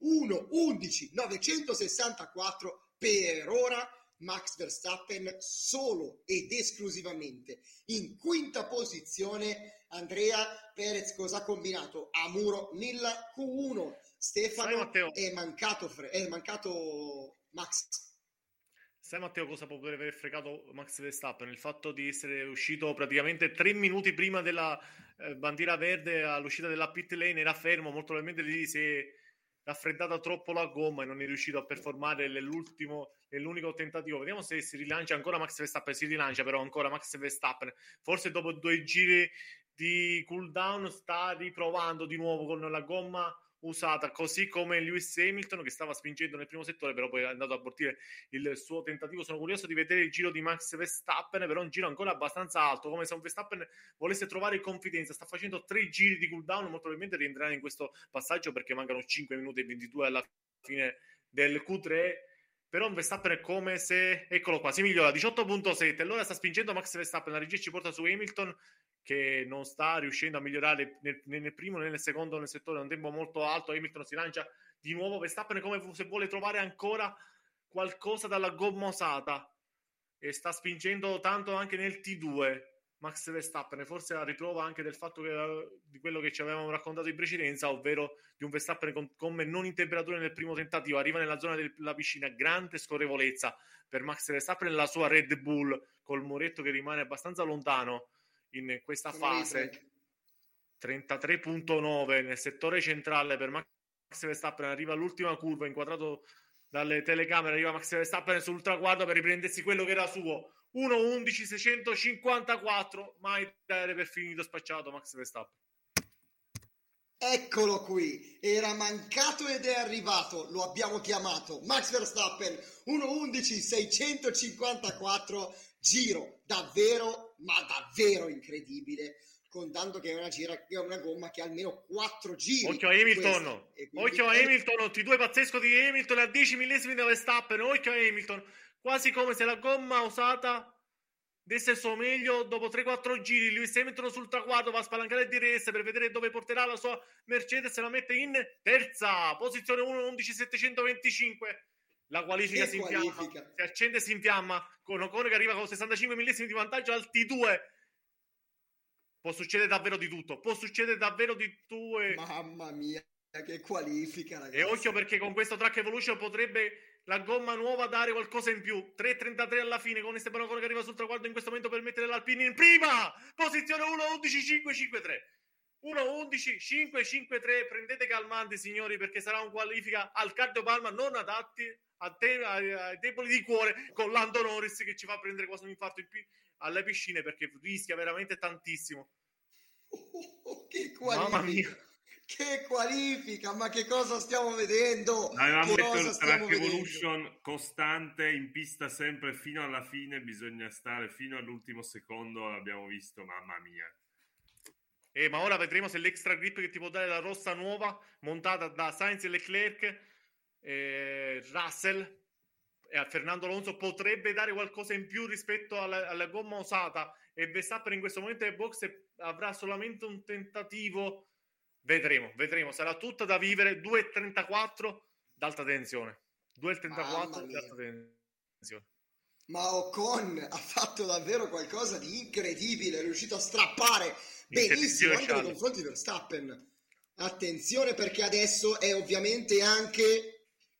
1.11.964 per ora. Max Verstappen solo ed esclusivamente in quinta posizione. Andrea Perez cosa ha combinato a muro nella Q1? Stefano, è mancato Max. Sai Matteo cosa può aver fregato Max Verstappen? Il fatto di essere uscito praticamente 3 minuti prima della bandiera verde all'uscita della pit lane, era fermo, molto probabilmente lì si è raffreddata troppo la gomma e non è riuscito a performare nell'unico tentativo. Vediamo se si rilancia ancora Max Verstappen. Si rilancia però ancora Max Verstappen, forse dopo 2 giri di cooldown sta riprovando di nuovo con la gomma usata, così come Lewis Hamilton che stava spingendo nel primo settore, però poi è andato a abortire il suo tentativo. Sono curioso di vedere il giro di Max Verstappen, però un giro ancora abbastanza alto, come se un Verstappen volesse trovare confidenza. Sta facendo 3 giri di cooldown, molto probabilmente rientrerà in questo passaggio perché mancano 5 minuti e 22 alla fine del Q3. Però un Verstappen è come se, eccolo qua, si migliora, 18.7, allora sta spingendo Max Verstappen, la regia ci porta su Hamilton che non sta riuscendo a migliorare nel primo né nel secondo nel settore, è un tempo molto alto. Hamilton si lancia di nuovo, Verstappen è come se vuole trovare ancora qualcosa dalla gomma usata e sta spingendo tanto anche nel T2 Max Verstappen, forse la riprova anche del fatto di quello che ci avevamo raccontato in precedenza, ovvero di un Verstappen con gomme non in temperatura nel primo tentativo, arriva nella zona della piscina, grande scorrevolezza per Max Verstappen nella sua Red Bull, col muretto che rimane abbastanza lontano in questa fase. 33.9 nel settore centrale per Max Verstappen, arriva all'ultima curva, inquadrato dalle telecamere, arriva Max Verstappen sul traguardo per riprendersi quello che era suo, 1.11.654, mai dare per finito, spacciato Max Verstappen. Eccolo qui, era mancato ed è arrivato, lo abbiamo chiamato Max Verstappen, 1.11.654, giro davvero, ma davvero incredibile, contando che è una gomma che ha almeno 4 giri. Occhio a Hamilton, occhio a Hamilton, T2 pazzesco di Hamilton a 10 millesimi da Verstappen, occhio a Hamilton, quasi come se la gomma usata desse il suo meglio. Dopo 3-4 giri Lewis Hamilton sul traguardo va a spalancare il DRS per vedere dove porterà la sua Mercedes, la mette in terza posizione, 1.11.725. La qualifica si infiamma, si accende e si infiamma con Ocon che arriva con 65 millesimi di vantaggio al T2. Può succedere davvero di tutto, può succedere davvero di tutto. Mamma mia, che qualifica, ragazzi. E occhio perché con questo Track Evolution potrebbe la gomma nuova dare qualcosa in più. 3.33 alla fine con Esteban Ocon che arriva sul traguardo in questo momento per mettere l'Alpine in prima posizione, 1.11.553. 1.11.553. Prendete calmanti, signori, perché sarà un qualifica al cardiopalma non adatti ai deboli di cuore, con Lando Norris che ci fa prendere quasi un infarto alle piscine perché rischia veramente tantissimo. Che qualifica! Mamma mia! Che qualifica, ma che cosa stiamo vedendo? Avevamo detto il Track Evolution costante in pista sempre fino alla fine, bisogna stare fino all'ultimo secondo, l'abbiamo visto, mamma mia. Ma ora vedremo se l'extra grip che ti può dare la rossa nuova montata da Sainz e Leclerc, Russell e a Fernando Alonso potrebbe dare qualcosa in più rispetto alla gomma usata, e Verstappen in questo momento nel box avrà solamente un tentativo. Vedremo, sarà tutta da vivere. 2.34 d'alta tensione, 2.34 d'alta tensione. Ma Ocon ha fatto davvero qualcosa di incredibile, è riuscito a strappare benissimo anche nei confronti di Verstappen. Attenzione, perché adesso è ovviamente anche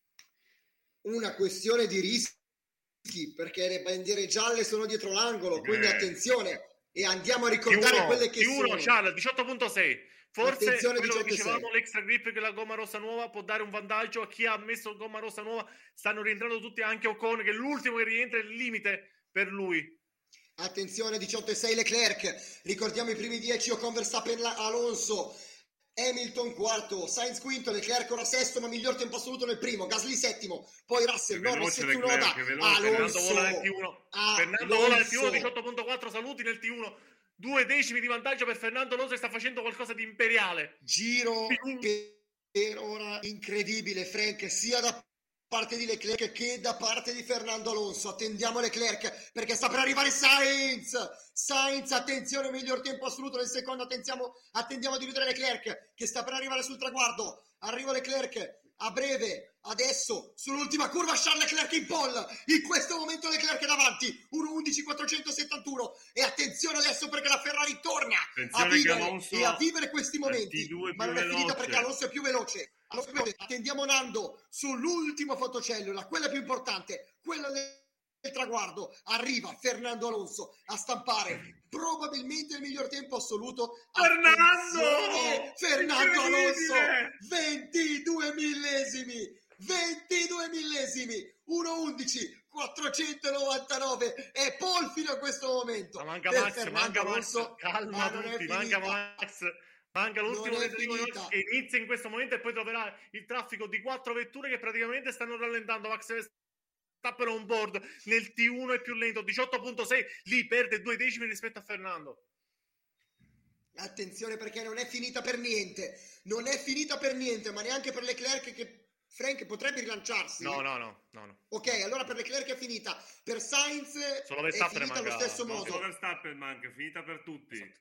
una questione di rischi, perché le bandiere gialle sono dietro l'angolo, quindi attenzione, e andiamo a ricordare quelle che sono. Charles, 18.6. Forse quello che dicevamo, l'extra grip che la gomma rossa nuova può dare un vantaggio a chi ha messo gomma rossa nuova. Stanno rientrando tutti, anche Ocon che è l'ultimo che rientra, è il limite per lui. Attenzione, 18.6 Leclerc, ricordiamo i primi 10 Ocon, Verstappen, Alonso, Hamilton quarto, Sainz quinto, Leclerc ora sesto ma miglior tempo assoluto nel primo, Gasly settimo, poi Russell, Norris e Tsunoda, Alonso, Fernando vola nel T1, 18.4 saluti nel T1, 2 decimi di vantaggio per Fernando Alonso che sta facendo qualcosa di imperiale. Giro per ora incredibile, Frank, sia da parte di Leclerc che da parte di Fernando Alonso. Attendiamo Leclerc perché sta per arrivare Sainz, attenzione, miglior tempo assoluto nel secondo, attendiamo di vedere Leclerc che sta per arrivare sul traguardo. Arriva Leclerc a breve, adesso sull'ultima curva Charles Leclerc in pole, in questo momento Leclerc è davanti, 1.11.471, e attenzione adesso perché la Ferrari torna a vivere questi momenti, ma non è finita perché Alonso è più veloce. Attendiamo Nando sull'ultimo fotocellula, quella più importante, quella del traguardo. Arriva Fernando Alonso a stampare probabilmente il miglior tempo assoluto. Fernando Alonso, 22 millesimi, 1.11.499, è pole fino a questo momento. Ma manca Max, Calma tutti, manca Max. Manca l'ultimo Non è tentativo finita. che inizia in questo momento e poi troverà il traffico di 4 vetture che praticamente stanno rallentando Max Verstappen on board nel T1 è più lento, 18.6, lì perde 2 decimi rispetto a Fernando. Attenzione, perché non è finita per niente, ma neanche per Leclerc, che Frank potrebbe rilanciarsi. No. Ok, allora per Leclerc è finita, per Sainz Solo è Verstappen finita allo manca. stesso No, modo. solo Verstappen manca, è finita per tutti. Esatto.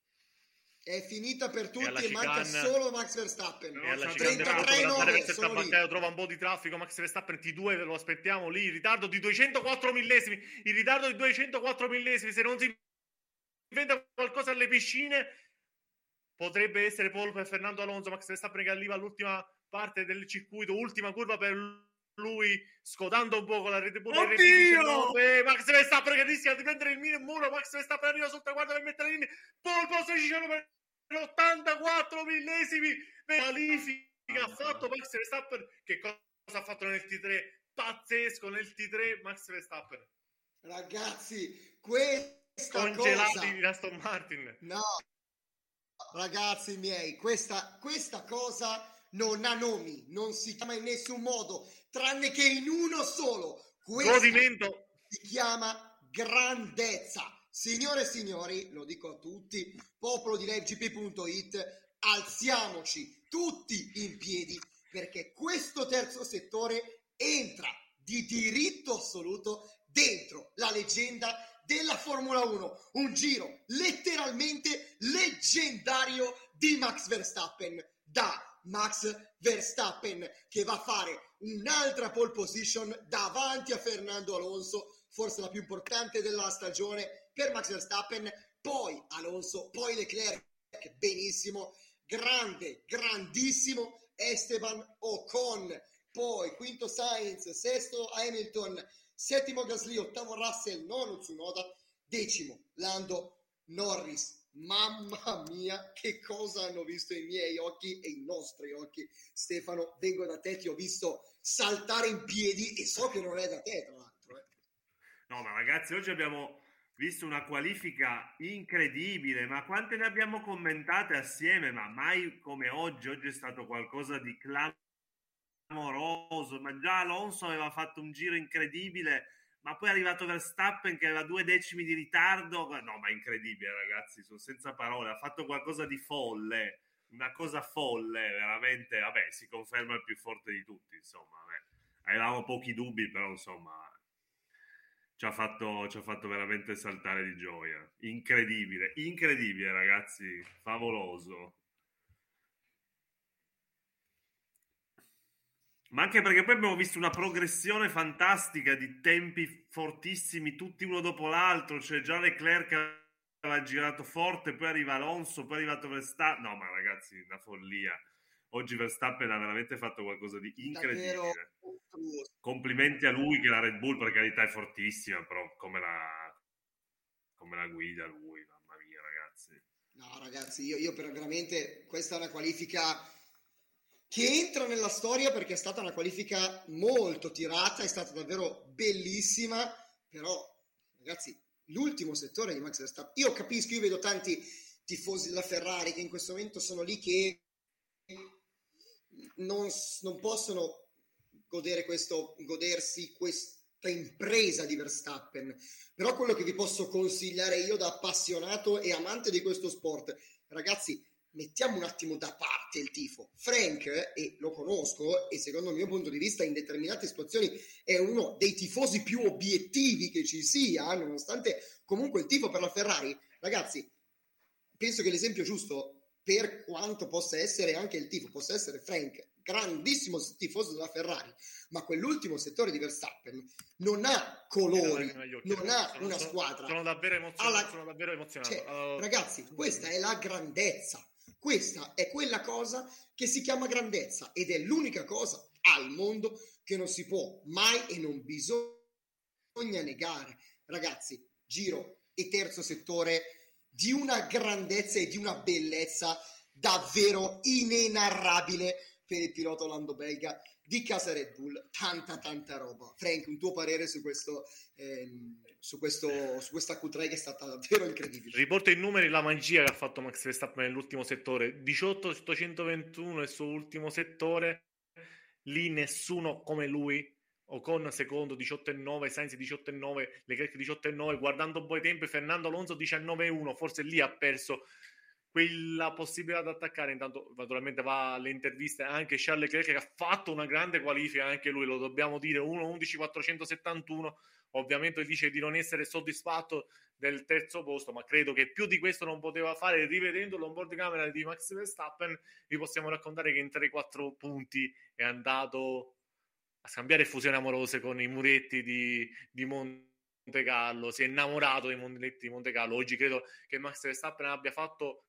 È finita per E alla tutti, manca chicane- solo Max Verstappen. E alla 33-9 verso il sono lì. tabaccaio trova un po' di traffico. Max Verstappen T2 lo aspettiamo lì. Il ritardo di 204 millesimi. Il ritardo di 204 millesimi. Se non si inventa qualcosa alle piscine, potrebbe essere pole per Fernando Alonso. Max Verstappen che arriva all'ultima parte del circuito, ultima curva per lui, scotando un po' con la Red Bull. Max Verstappen che rischia di prendere il muro. Max Verstappen arriva sul traguardo per mettere in pole position per 84 millesimi. Qualifica ha fatto Max Verstappen. Che cosa ha fatto nel T3? Pazzesco nel T3 Max Verstappen. Ragazzi, questa congelati cosa... di Aston Martin. No, ragazzi miei, questa cosa non ha nomi, non si chiama in nessun modo, tranne che in uno solo. Questa Godimento. si chiama grandezza. Signore e signori, lo dico a tutti, popolo di livegp.it, alziamoci tutti in piedi, perché questo terzo settore entra di diritto assoluto dentro la leggenda della Formula 1, un giro letteralmente leggendario di Max Verstappen, da Max Verstappen che va a fare un'altra pole position davanti a Fernando Alonso, forse la più importante della stagione per Max Verstappen, poi Alonso, poi Leclerc, benissimo, grandissimo Esteban Ocon, poi quinto Sainz, sesto Hamilton, settimo Gasly, ottavo Russell, nono Tsunoda, decimo Lando Norris. Mamma mia, che cosa hanno visto i miei occhi e i nostri occhi. Stefano, vengo da te, ti ho visto saltare in piedi e so che non è da te, tra l'altro. No, ma ragazzi, oggi abbiamo visto una qualifica incredibile, ma quante ne abbiamo commentate assieme, ma mai come oggi. Oggi è stato qualcosa di clamoroso, ma già Alonso aveva fatto un giro incredibile, ma poi è arrivato Verstappen che aveva 2 decimi di ritardo. No, ma incredibile, ragazzi, sono senza parole. Ha fatto qualcosa di folle, una cosa folle, veramente. Vabbè, si conferma il più forte di tutti, insomma. Avevamo pochi dubbi, però, insomma, ci ha fatto veramente saltare di gioia. Incredibile, ragazzi, favoloso. Ma anche perché poi abbiamo visto una progressione fantastica di tempi fortissimi, tutti uno dopo l'altro. Cioè già Leclerc aveva girato forte, poi arriva Alonso, poi è arrivato Verstappen. No, ma ragazzi, una follia. Oggi Verstappen ha veramente fatto qualcosa di incredibile. Davvero. Complimenti a lui, che la Red Bull, per carità, è fortissima, però come la guida lui, mamma mia, ragazzi. No, ragazzi, io veramente, questa è una qualifica che entra nella storia perché è stata una qualifica molto tirata, è stata davvero bellissima, però ragazzi, l'ultimo settore di Max Verstappen, io capisco, io vedo tanti tifosi della Ferrari che in questo momento sono lì che non possono godersi questa impresa di Verstappen, però quello che vi posso consigliare io da appassionato e amante di questo sport, ragazzi, mettiamo un attimo da parte il tifo. Frank, e lo conosco, e secondo il mio punto di vista in determinate situazioni è uno dei tifosi più obiettivi che ci sia, nonostante comunque il tifo per la Ferrari. Ragazzi, penso che l'esempio giusto, per quanto possa essere anche il tifo, possa essere Frank, grandissimo tifoso della Ferrari, ma quell'ultimo settore di Verstappen non ha colori, non ha una squadra. Sono davvero emozionato. Cioè, ragazzi, questa è la grandezza. Questa è quella cosa che si chiama grandezza ed è l'unica cosa al mondo che non si può mai e non bisogna negare. Ragazzi, giro e terzo settore di una grandezza e di una bellezza davvero inenarrabile per il pilota olandobelga di casa Red Bull, tanta roba. Frank, un tuo parere su questa Q3 che è stata davvero incredibile? Riporto in numeri la magia che ha fatto Max Verstappen nell'ultimo settore, 18 su 121 il suo ultimo settore, lì nessuno come lui. Ocon secondo 18,9, Sainz 18,9, Leclerc 18,9, guardando poi i tempi Fernando Alonso 19,1, forse lì ha perso quella possibilità di attaccare. Intanto naturalmente va alle interviste anche Charles Leclerc, che ha fatto una grande qualifica anche lui, lo dobbiamo dire, 1:11.471. Ovviamente dice di non essere soddisfatto del terzo posto, ma credo che più di questo non poteva fare. Rivedendo l'onboard camera di Max Verstappen vi possiamo raccontare che in 3-4 punti è andato a scambiare fusioni amorose con i muretti di Monte Carlo, si è innamorato dei muretti di Monte Carlo. Oggi credo che Max Verstappen abbia fatto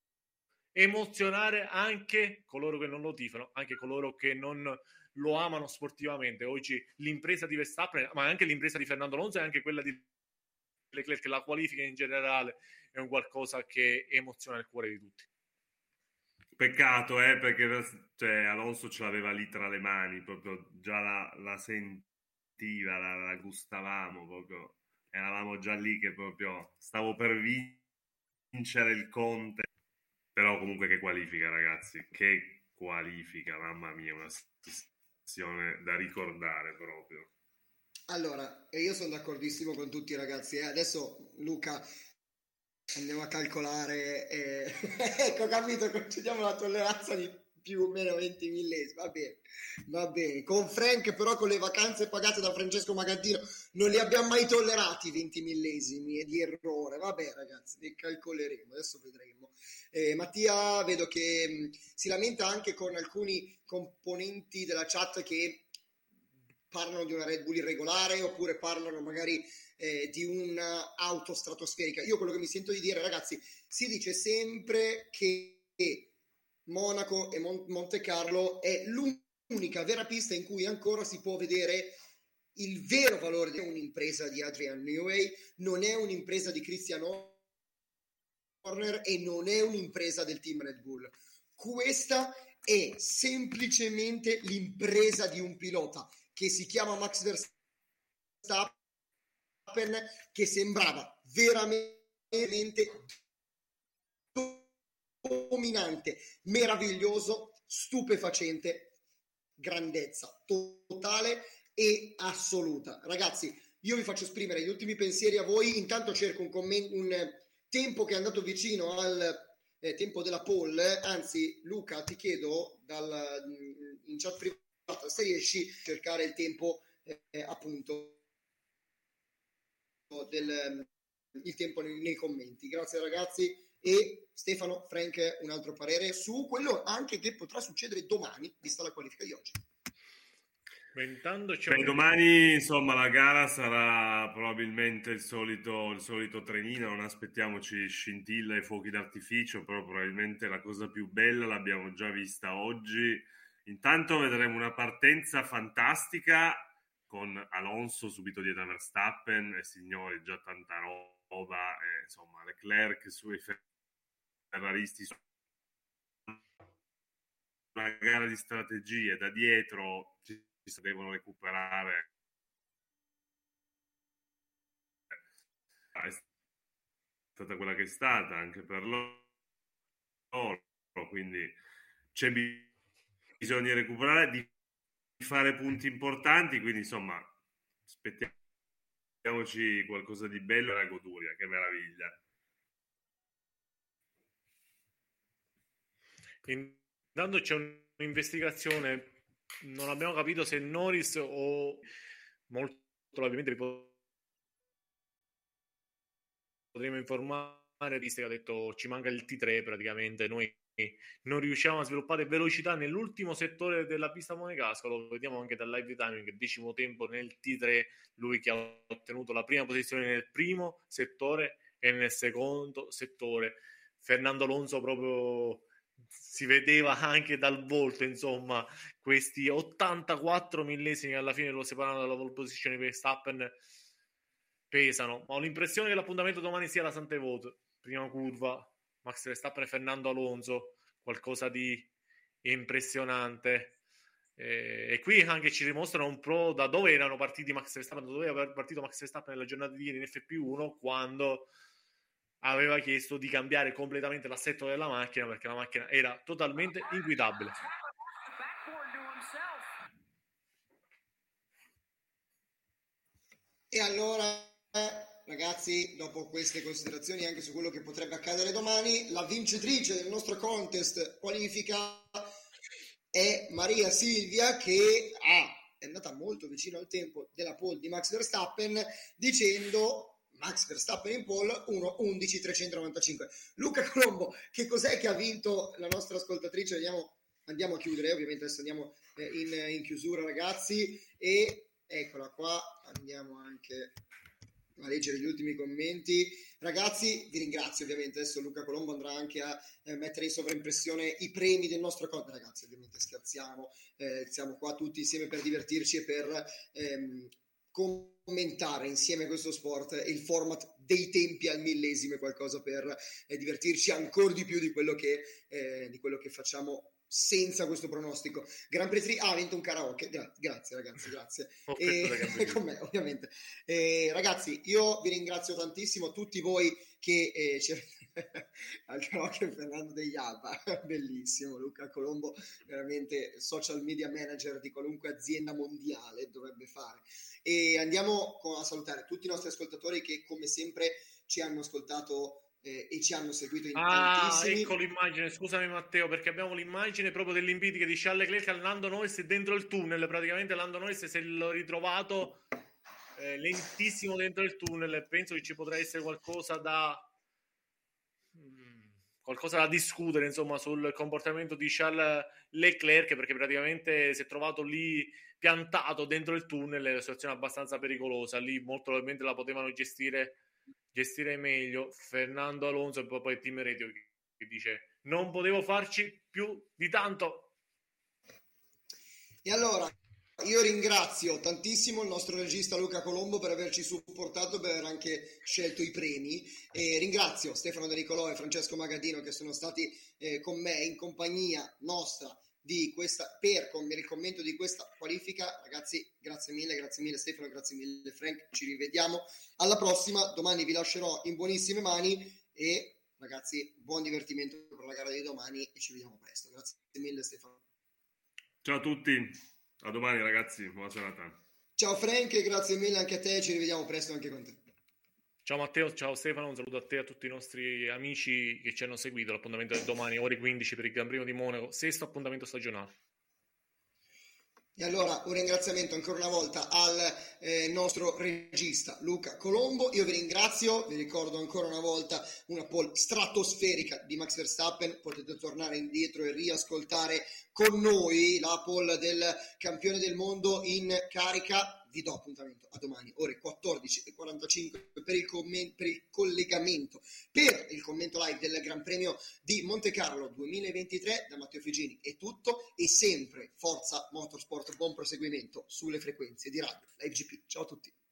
emozionare anche coloro che non lo tifano, anche coloro che non lo amano sportivamente. Oggi l'impresa di Verstappen, ma anche l'impresa di Fernando Alonso e anche quella di Leclerc, la qualifica in generale, è un qualcosa che emoziona il cuore di tutti. Peccato, perché Alonso ce l'aveva lì tra le mani, proprio già la sentiva, la gustavamo, proprio eravamo già lì che proprio stavo per vincere il Conte. Però comunque che qualifica, ragazzi, che qualifica, mamma mia, una sessione da ricordare proprio. Allora, io sono d'accordissimo con tutti i ragazzi, Adesso Luca andiamo a calcolare, ecco, capito, concediamo la tolleranza di più o meno 20 millesimi, va bene, con Frank però con le vacanze pagate da Francesco Magaddino non li abbiamo mai tollerati 20 millesimi di errore, vabbè ragazzi, li calcoleremo, adesso vedremo. Mattia vedo che si lamenta anche con alcuni componenti della chat che parlano di una Red Bull irregolare oppure parlano magari di un'auto stratosferica. Io quello che mi sento di dire, ragazzi, si dice sempre che Monaco e Monte Carlo è l'unica vera pista in cui ancora si può vedere il vero valore di un'impresa di Adrian Newey, non è un'impresa di Christian Horner e non è un'impresa del team Red Bull. Questa è semplicemente l'impresa di un pilota che si chiama Max Verstappen, che sembrava veramente dominante, meraviglioso, stupefacente, grandezza totale e assoluta. Ragazzi, io vi faccio esprimere gli ultimi pensieri a voi, intanto cerco un tempo che è andato vicino al tempo della pole, anzi Luca ti chiedo in chat privata se riesci a cercare il tempo appunto il tempo nei commenti. Grazie ragazzi. E Stefano, Frank, un altro parere su quello anche che potrà succedere domani vista la qualifica di oggi. Domani insomma la gara sarà probabilmente il solito trenino, non aspettiamoci scintille e fuochi d'artificio, però probabilmente la cosa più bella l'abbiamo già vista oggi. Intanto vedremo una partenza fantastica con Alonso subito dietro a Verstappen e signori già tanta roba, insomma Leclerc sui ferraristi, una gara di strategie da dietro, ci devono recuperare, è stata quella che è stata anche per loro, quindi c'è bisogno di recuperare, di fare punti importanti, quindi insomma aspettiamoci qualcosa di bello e la goduria, che meraviglia. Intanto c'è un'investigazione, non abbiamo capito se Norris o molto probabilmente potremo informare, visto che ha detto ci manca il T3, praticamente noi non riusciamo a sviluppare velocità nell'ultimo settore della pista monegasca, lo vediamo anche dal live timing, 10° tempo nel T3, lui che ha ottenuto la prima posizione nel primo settore e nel secondo settore. Fernando Alonso proprio si vedeva anche dal volto, insomma, questi 84 millesimi alla fine lo separano dalla pole position di Verstappen pesano. Ho l'impressione che l'appuntamento domani sia la Sant'Evoto, prima curva, Max Verstappen e Fernando Alonso, qualcosa di impressionante. E qui anche ci dimostrano un po' da dove erano partiti Max Verstappen, da dove era partito Max Verstappen nella giornata di ieri in FP1, quando aveva chiesto di cambiare completamente l'assetto della macchina perché la macchina era totalmente inguidabile. E allora, ragazzi, dopo queste considerazioni anche su quello che potrebbe accadere domani, la vincitrice del nostro contest qualifica è Maria Silvia, che è andata molto vicino al tempo della pole di Max Verstappen, dicendo Max Verstappen in pole 1:11.395. Luca Colombo, che cos'è che ha vinto la nostra ascoltatrice? Andiamo a chiudere, ovviamente adesso andiamo in chiusura, ragazzi, e eccola qua, andiamo anche a leggere gli ultimi commenti. Ragazzi, vi ringrazio ovviamente. Adesso Luca Colombo andrà anche a mettere in sovraimpressione i premi del nostro conto. Ragazzi, ovviamente scherziamo, siamo qua tutti insieme per divertirci e per commentare insieme questo sport. Il format dei tempi al millesimo è qualcosa per divertirci ancora di più di quello che facciamo senza questo pronostico. Grand Prix 3 ha vinto un karaoke. Grazie ragazzi, grazie. Con me ovviamente. Ragazzi, io vi ringrazio tantissimo, tutti voi che al karaoke Fernando degli Alba, bellissimo. Luca Colombo, veramente social media manager di qualunque azienda mondiale dovrebbe fare. E andiamo a salutare tutti i nostri ascoltatori che come sempre ci hanno ascoltato e ci hanno seguito in tantissimi. Ecco l'immagine, scusami Matteo, perché abbiamo l'immagine proprio dell'invito che di Charles Leclerc al Lando Norris dentro il tunnel. Praticamente Lando Norris se l'ho ritrovato lentissimo dentro il tunnel. Penso che ci potrà essere qualcosa da discutere, insomma, sul comportamento di Charles Leclerc, perché praticamente si è trovato lì piantato dentro il tunnel. È una situazione abbastanza pericolosa, lì molto probabilmente la potevano gestire meglio Fernando Alonso e poi Team Radio che dice non potevo farci più di tanto. E allora io ringrazio tantissimo il nostro regista Luca Colombo per averci supportato, per aver anche scelto i premi, e ringrazio Stefano De Nicolò e Francesco Magadino che sono stati con me in compagnia nostra di questa per il commento di questa qualifica. Ragazzi, grazie mille Stefano, grazie mille Frank, ci rivediamo alla prossima. Domani vi lascerò in buonissime mani e ragazzi, buon divertimento per la gara di domani e ci vediamo presto. Grazie mille Stefano. Ciao a tutti, a domani ragazzi, buona serata. Ciao Frank e grazie mille anche a te, ci rivediamo presto anche con te. Ciao Matteo, ciao Stefano, un saluto a te e a tutti i nostri amici che ci hanno seguito. L'appuntamento è domani, ore 15 per il Gran Premio di Monaco, sesto appuntamento stagionale. E allora un ringraziamento ancora una volta al nostro regista Luca Colombo. Io vi ringrazio, vi ricordo ancora una volta una pole stratosferica di Max Verstappen. Potete tornare indietro e riascoltare con noi la pole del campione del mondo in carica. Vi do appuntamento a domani ore 14:45 per il collegamento, per il commento live del Gran Premio di Monte Carlo 2023. Da Matteo Figini è tutto, e sempre Forza Motorsport, buon proseguimento sulle frequenze di radio, la FGP. Ciao a tutti.